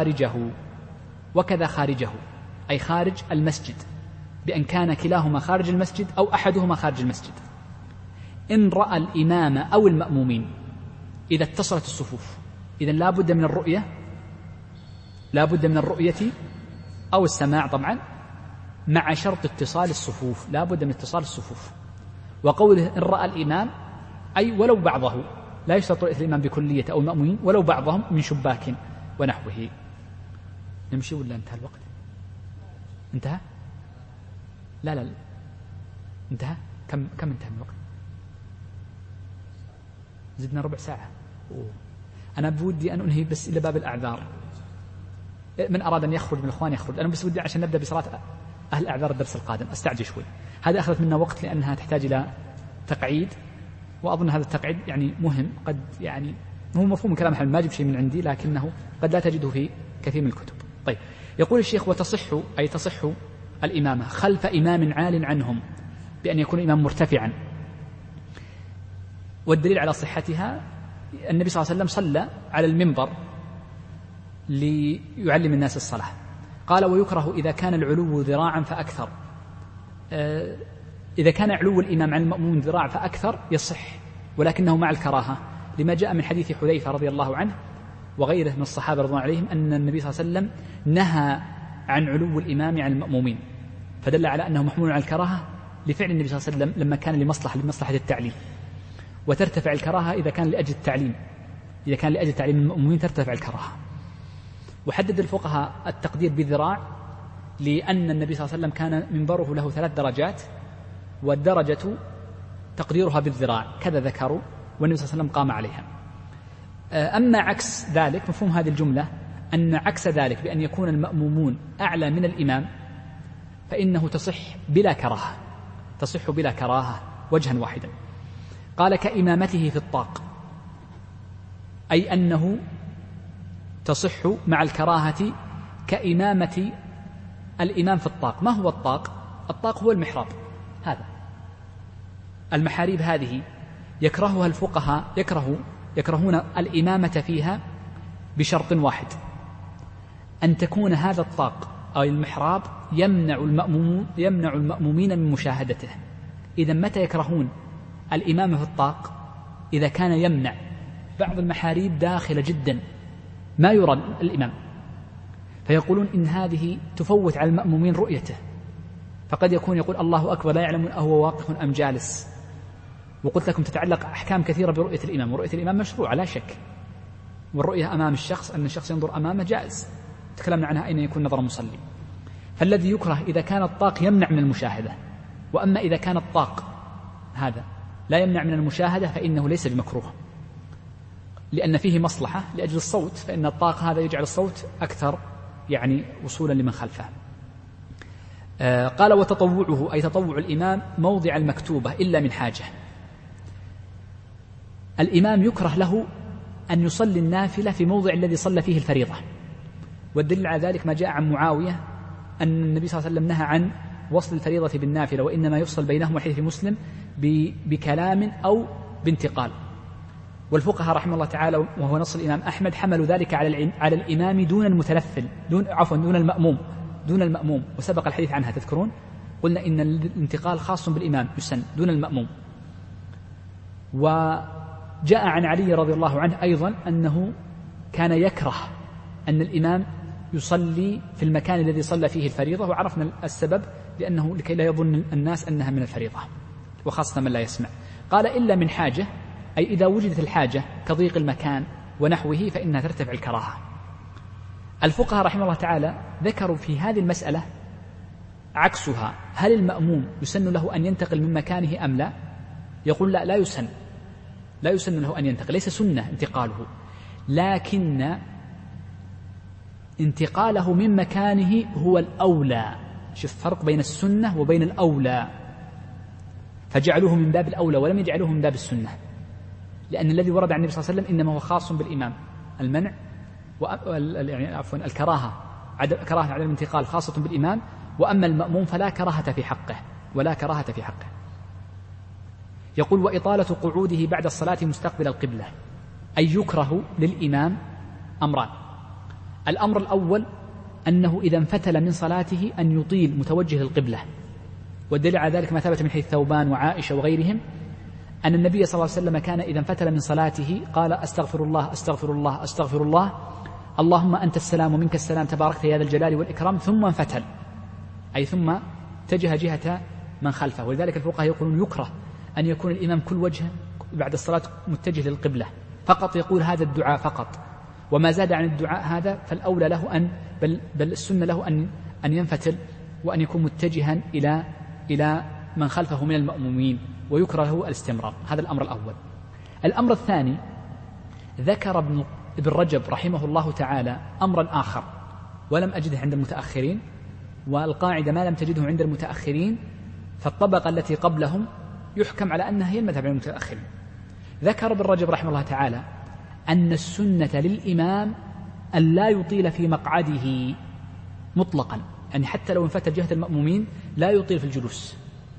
وكذا خارجه أي خارج المسجد، بأن كان كلاهما خارج المسجد أو أحدهما خارج المسجد، إن رأى الإمام أو المأمومين إذا اتصلت الصفوف. إذن لا بد من الرؤية أو السماع طبعا، مع شرط اتصال الصفوف، لا بد من اتصال الصفوف. وقوله إن رأى الإمام أي ولو بعضه، لا يشترط رؤية الإمام بكلية أو المأمومين، ولو بعضهم من شباك ونحوه. نمشي ولا انتهى الوقت؟ انتهى؟ لا انتهى. كم انتهى من الوقت؟ زدنا ربع ساعة. أنا بودي أن أنهي بس إلى باب الأعذار، من أراد أن يخرج من الإخوان يخرج، أنا بس ودي عشان نبدأ بصلاة أهل الأعذار الدرس القادم، أستعجل شوي. هذا أخذت منا وقت لأنها تحتاج إلى تقعيد، وأظن هذا التقعيد يعني مهم، قد يعني هو مفهوم كلام أحمد، ما أجيب شيء من عندي، لكنه قد لا تجده في كثير من الكتب. طيب، يقول الشيخ: تصح الإمامة خلف إمام عال عنهم، بأن يكون إمام مرتفعا. والدليل على صحتها النبي صلى الله عليه وسلم صلى على المنبر ليعلم الناس الصلاة. قال: ويكره إذا كان العلو ذراعا فأكثر. إذا كان علو الإمام عن المأموم ذراع فأكثر يصح، ولكنه مع الكراهة، لما جاء من حديث حذيفة رضي الله عنه وغيره من الصحابة رضوان عليهم أن النبي صلى الله عليه وسلم نهى عن علو الإمام عن المأمومين، فدل على أنه محمول على الكراهة لفعل النبي صلى الله عليه وسلم لما كان لمصلحة التعليم، وترتفع الكراهة إذا كان لأجل التعليم، إذا كان لأجل تعليم المأمومين ترتفع الكراهة. وحدد الفقهاء التقدير بالذراع لأن النبي صلى الله عليه وسلم كان منبره له 3 درجات، والدرجة تقديرها بالذراع كذا ذكروا، والنبي صلى الله عليه وسلم قام عليها. أما عكس ذلك، مفهوم هذه الجملة أن عكس ذلك بأن يكون المأمومون أعلى من الإمام، فإنه تصح بلا كراهة، تصح بلا كراهة وجها واحدا. قال كإمامته في الطاق، أي أنه تصح مع الكراهة كإمامة الإمام في الطاق. ما هو الطاق؟ الطاق هو المحراب، هذا المحاريب هذه يكرهها الفقهاء، يكرهون الإمامة فيها بشرط واحد، أن تكون هذا الطاق أو المحراب يمنع المأمومين من مشاهدته. إذا متى يكرهون الإمامة في الطاق؟ إذا كان يمنع بعض المحاريب داخلة جدا ما يرى الإمام، فيقولون إن هذه تفوت على المأمومين رؤيته، فقد يكون يقول الله أكبر لا يعلم أهو واقف أم جالس. وقلت لكم تتعلق أحكام كثيرة برؤية الإمام، ورؤية الإمام مشروعة لا شك، والرؤية أمام الشخص أن الشخص ينظر أمامه جائز، تكلمنا عنها أين يكون نظر مصلي. فالذي يكره إذا كان الطاق يمنع من المشاهدة، وأما إذا كان الطاق هذا لا يمنع من المشاهدة فإنه ليس بمكروه، لأن فيه مصلحة لأجل الصوت، فإن الطاق هذا يجعل الصوت أكثر يعني وصولا لمن خلفه. قال وتطوعه، أي تطوع الإمام موضع المكتوبة إلا من حاجة. الإمام يكره له أن يصلي النافلة في موضع الذي صلى فيه الفريضة، والدليل على ذلك ما جاء عن معاوية أن النبي صلى الله عليه وسلم نهى عن وصل الفريضة بالنافلة، وإنما يفصل بينهم، والحديث في مسلم بكلام أو بانتقال. والفقهاء رحمه الله تعالى وهو نص الإمام أحمد حملوا ذلك على الإمام دون المتنفل، دون المأموم، وسبق الحديث عنها تذكرون، قلنا إن الانتقال خاص بالإمام يسن دون المأموم. وجاء عن علي رضي الله عنه أيضا أنه كان يكره أن الإمام يصلي في المكان الذي صلى فيه الفريضة، وعرفنا السبب لأنه لكي لا يظن الناس أنها من الفريضة، وخاصة من لا يسمع. قال إلا من حاجة، أي إذا وجدت الحاجة كضيق المكان ونحوه فإنها ترتفع الكراهة. الفقهاء رحمه الله تعالى ذكروا في هذه المسألة عكسها، هل المأموم يسن له أن ينتقل من مكانه أم لا؟ يقول لا يسن له أن ينتقل، ليس سنة انتقاله، لكن انتقاله من مكانه هو الأولى. شوف فرق بين السنة وبين الأولى، فجعلوه من باب الأولى ولم يجعلوه من باب السنة، لأن الذي ورد عن النبي صلى الله عليه وسلم إنما هو خاص بالإمام، المنع الكراهة كراهة عدم الانتقال خاصة بالإمام، وأما المأموم فلا كراهة في حقه. يقول وإطالة قعوده بعد الصلاة مستقبل القبلة، أي يكره للإمام أمران. الأمر الأول أنه إذا انفتل من صلاته أن يطيل متوجه للقبلة، والدليل على ذلك ما ثبت من حديث ثوبان وعائشة وغيرهم أن النبي صلى الله عليه وسلم كان إذا انفتل من صلاته قال أستغفر الله أستغفر الله أستغفر الله، اللهم أنت السلام ومنك السلام تباركت يا ذا الجلال والإكرام، ثم انفتل، أي ثم اتجه جهة من خلفه. ولذلك الفقهاء يقولون يكره أن يكون الإمام كل وجهه بعد الصلاة متجه للقبلة، فقط يقول هذا الدعاء فقط، وما زاد عن الدعاء هذا فالأولى له أن بل السنة له أن ينفتل وأن يكون متجها إلى من خلفه من المأمومين، ويكره له الاستمرار. هذا الأمر الأول. الأمر الثاني ذكر ابن رجب رحمه الله تعالى أمرا آخر ولم أجده عند المتأخرين، والقاعدة ما لم تجده عند المتأخرين فالطبقة التي قبلهم يحكم على أنها هي المذهب المتأخرين. ذكر ابن رجب رحمه الله تعالى أن السنة للإمام أن لا يطيل في مقعده مطلقا، يعني حتى لو انفتل جهة المأمومين لا يطيل في الجلوس،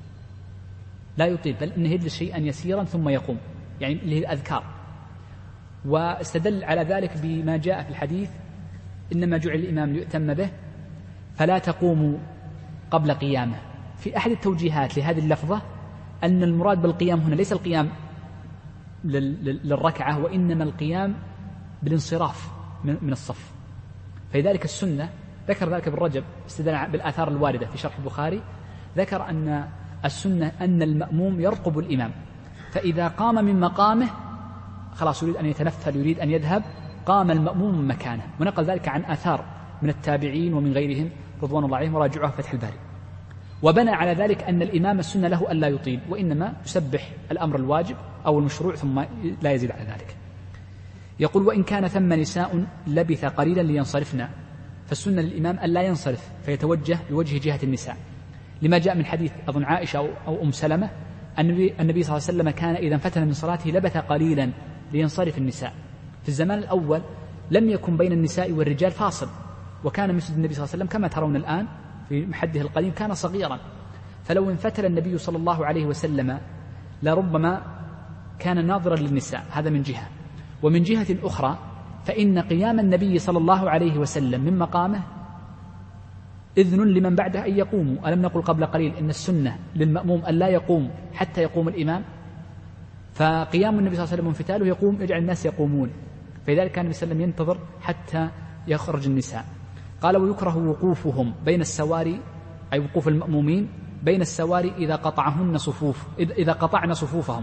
لا يطيل، بل إنه يجلس شيئا يسيرا ثم يقوم، يعني للأذكار. واستدل على ذلك بما جاء في الحديث إنما جعل الإمام ليؤتم به فلا تقوموا قبل قيامه. في أحد التوجيهات لهذه اللفظة أن المراد بالقيام هنا ليس القيام للركعة، وإنما القيام بالانصراف من الصف. فلذلك السنة ذكر ذلك ابن رجب استدل بالآثار الواردة في شرح البخاري، ذكر أن السنة أن المأموم يرقب الإمام، فإذا قام من مقامه خلاص يريد أن يتنفل يريد أن يذهب قام المأموم من مكانه، ونقل ذلك عن آثار من التابعين ومن غيرهم رضوان الله عليهم وراجعوها فتح الباري. وبنى على ذلك أن الإمام السنة له ألا يطيل، وإنما يسبح الأمر الواجب أو المشروع ثم لا يزيد على ذلك. يقول: وإن كان ثم نساء لبث قليلا لينصرفن، فالسنة للإمام ألا ينصرف فيتوجه بوجه جهة النساء، لما جاء من حديث أظن عائشة أو أم سلمة النبي صلى الله عليه وسلم كان إذا انفتن من صلاته لبث قليلا لينصرف النساء. في الزمان الأول لم يكن بين النساء والرجال فاصل، وكان مسجد النبي صلى الله عليه وسلم كما ترون الآن في محده القديم كان صغيرا، فلو انفتل النبي صلى الله عليه وسلم لربما كان ناظرا للنساء، هذا من جهة. ومن جهة أخرى فإن قيام النبي صلى الله عليه وسلم من مقامه إذن لمن بعده أن يقوموا. ألم نقل قبل قليل إن السنة للمأموم أن لا يقوم حتى يقوم الإمام؟ فقيام النبي صلى الله عليه وسلم وانفتاله يقوم يجعل الناس يقومون، فلذلك كان النبي صلى الله عليه وسلم ينتظر حتى يخرج النساء. قال: ويكره وقوفهم بين السواري، أي وقوف المأمومين بين السواري إذا قطعن صفوفهم.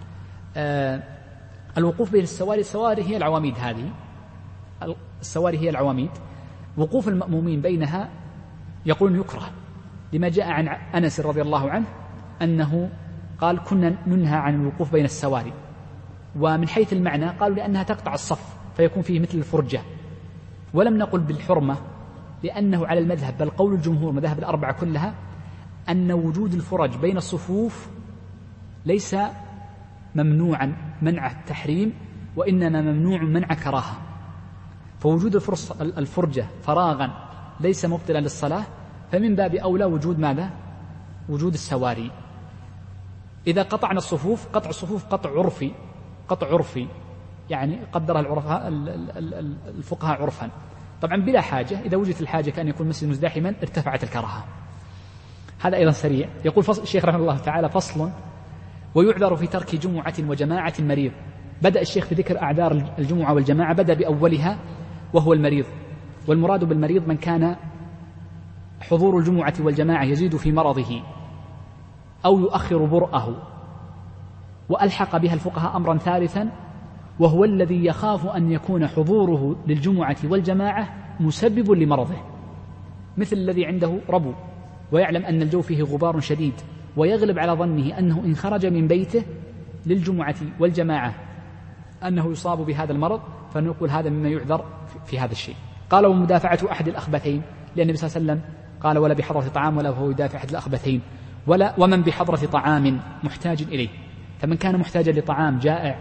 الوقوف بين السواري هي العواميد، هذه السواري هي العواميد، وقوف المأمومين بينها يقول يكره، لما جاء عن أنس رضي الله عنه أنه قال: كنا ننهى عن الوقوف بين السواري. ومن حيث المعنى قالوا لأنها تقطع الصف فيكون فيه مثل الفرجة. ولم نقل بالحرمة لأنه على المذهب، بل قول الجمهور مذاهب الأربعة كلها، أن وجود الفرج بين الصفوف ليس ممنوعا منع التحريم، وإنما ممنوع منع كراهة. فوجود الفرجة فراغا ليس مبطلا للصلاة، فمن باب أولى وجود ماذا؟ وجود السواري. إذا قطعنا الصفوف، قطع الصفوف قطع عرفي يعني قدرها الفقهاء عرفا، طبعا بلا حاجة. إذا وجدت الحاجة كأن يكون المسجد مزدحما ارتفعت الكراهة. هذا أيضا سريع. يقول الشيخ رحمه الله تعالى: فصل: ويعذر في ترك جمعة وجماعة مريض. بدأ الشيخ في ذكر أعذار الجمعة والجماعة، بدأ بأولها وهو المريض. والمراد بالمريض من كان حضور الجمعة والجماعة يزيد في مرضه أو يؤخر برأه. وألحق بها الفقهاء أمرا ثالثا، وهو الذي يخاف أن يكون حضوره للجمعة والجماعة مسبب لمرضه، مثل الذي عنده ربو ويعلم أن الجو فيه غبار شديد، ويغلب على ظنه أنه إن خرج من بيته للجمعة والجماعة أنه يصاب بهذا المرض، فنقول هذا مما يعذر في هذا الشيء. قال: ومدافعة أحد الأخبثين، لأن النبي صلى الله عليه وسلم قال: ولا بحضرة طعام ولا هو يدافع أحد الأخبثين، ومن بحضرة طعام محتاج إليه. فمن كان محتاجا لطعام جائع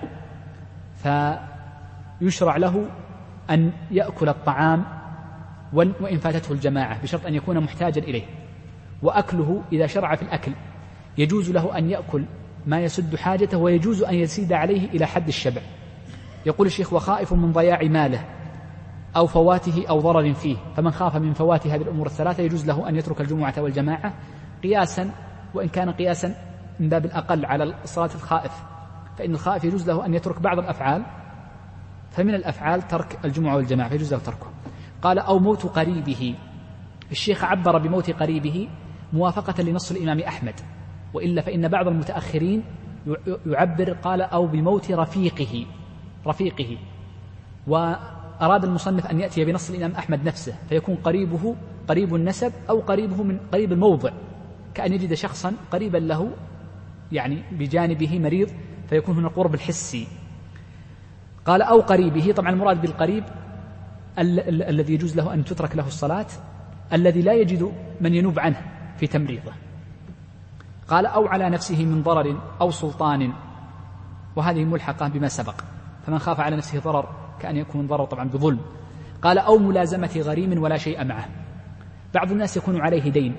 فيشرع له أن يأكل الطعام وإن فاتته الجماعة، بشرط أن يكون محتاجا إليه. وأكله إذا شرع في الأكل يجوز له أن يأكل ما يسد حاجته، ويجوز أن يزيد عليه إلى حد الشبع. يقول الشيخ: وخائف من ضياع ماله أو فواته أو ضرر فيه، فمن خاف من فوات هذه الأمور الثلاثة يجوز له أن يترك الجمعة والجماعة قياسا، وإن كان قياسا من باب الأقل على الصلاة الخائف، فإن الخائف يجوز له أن يترك بعض الأفعال، فمن الأفعال ترك الجمعة والجماعة فيجوز له تركه. قال: أو موت قريبه. الشيخ عبر بموت قريبه موافقة لنص الإمام أحمد، وإلا فإن بعض المتأخرين يعبر قال: أو بموت رفيقه، وأراد المصنف أن يأتي بنص الإمام أحمد نفسه، فيكون قريبه قريب النسب أو قريبه من قريب الموضع، كأن يجد شخصا قريبا له يعني بجانبه مريض، فيكون هنا القرب الحسي. قال: أو قريبه، طبعا المراد بالقريب الذي يجوز له أن تترك له الصلاة، الذي لا يجد من ينوب عنه في تمريضه. قال: أو على نفسه من ضرر أو سلطان، وهذه ملحقة بما سبق، فمن خاف على نفسه ضرر كأن يكون ضرر طبعا بظلم. قال: أو ملازمة غريم ولا شيء معه. بعض الناس يكون عليه دين،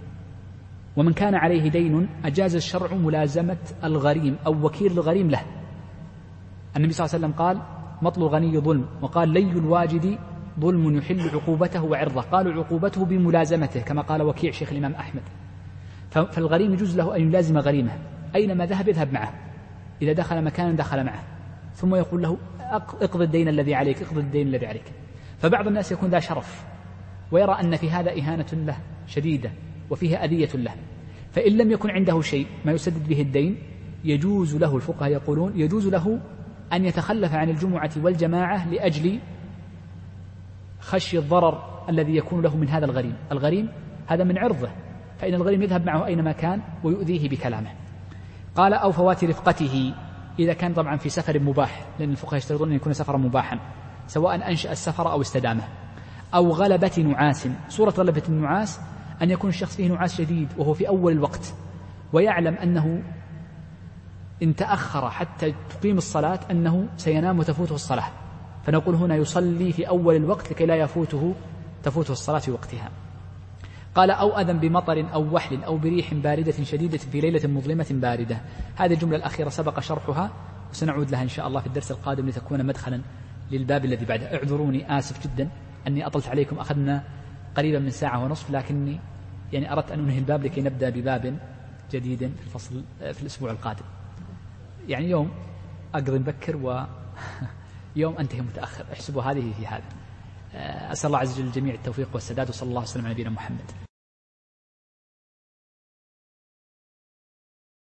ومن كان عليه دين أجاز الشرع ملازمة الغريم أو وكيل الغريم له. النبي صلى الله عليه وسلم قال: مطل الغني ظلم، وقال: لي الواجد ظلم يحل عقوبته وعرضه. قالوا عقوبته بملازمته، كما قال وكيع شيخ الإمام أحمد. فالغريم يجوز له أن يلازم غريمه، أينما ذهب يذهب معه، إذا دخل مكانا دخل معه، ثم يقول له: اقضي الدين الذي عليك، اقضي الدين الذي عليك. فبعض الناس يكون ذا شرف ويرى أن في هذا إهانة له شديدة وفيها أذية له، فإن لم يكن عنده شيء ما يسدد به الدين يجوز له، الفقهاء يقولون يجوز له أن يتخلف عن الجمعة والجماعة لأجل خشي الضرر الذي يكون له من هذا الغريم. الغريم هذا من عرضه، فإن الغريم يذهب معه أينما كان ويؤذيه بكلامه. قال أو فوات رفقته، إذا كان طبعا في سفر مباح، لأن الفقهاء يشترطون أن يكون سفرا مباحا سواء أنشأ السفر أو استدامه. أو غلبة نعاس، صورة غلبة النعاس أن يكون الشخص فيه نعاس شديد وهو في أول الوقت، ويعلم أنه إن تأخر حتى تقيم الصلاة أنه سينام وتفوته الصلاة، فنقول هنا يصلي في أول الوقت لكي لا تفوته الصلاة في وقتها. قال أو أذى بمطر أو وحل أو بريح باردة شديدة في ليلة مظلمة باردة. هذه الجملة الأخيرة سبق شرحها وسنعود لها إن شاء الله في الدرس القادم لتكون مدخلا للباب الذي بعده. اعذروني، آسف جدا أني أطلت عليكم، أخذنا قريبا من ساعة ونصف، لكني يعني أردت أن أنهي الباب لكي نبدأ بباب جديد في الفصل في الأسبوع القادم. يعني يوم أقضي مبكر ويوم أنتهي متأخر، احسبوا هذه في هذا. أسأل الله عز وجل الجميع التوفيق والسداد، وصلى الله وسلم على نبينا محمد.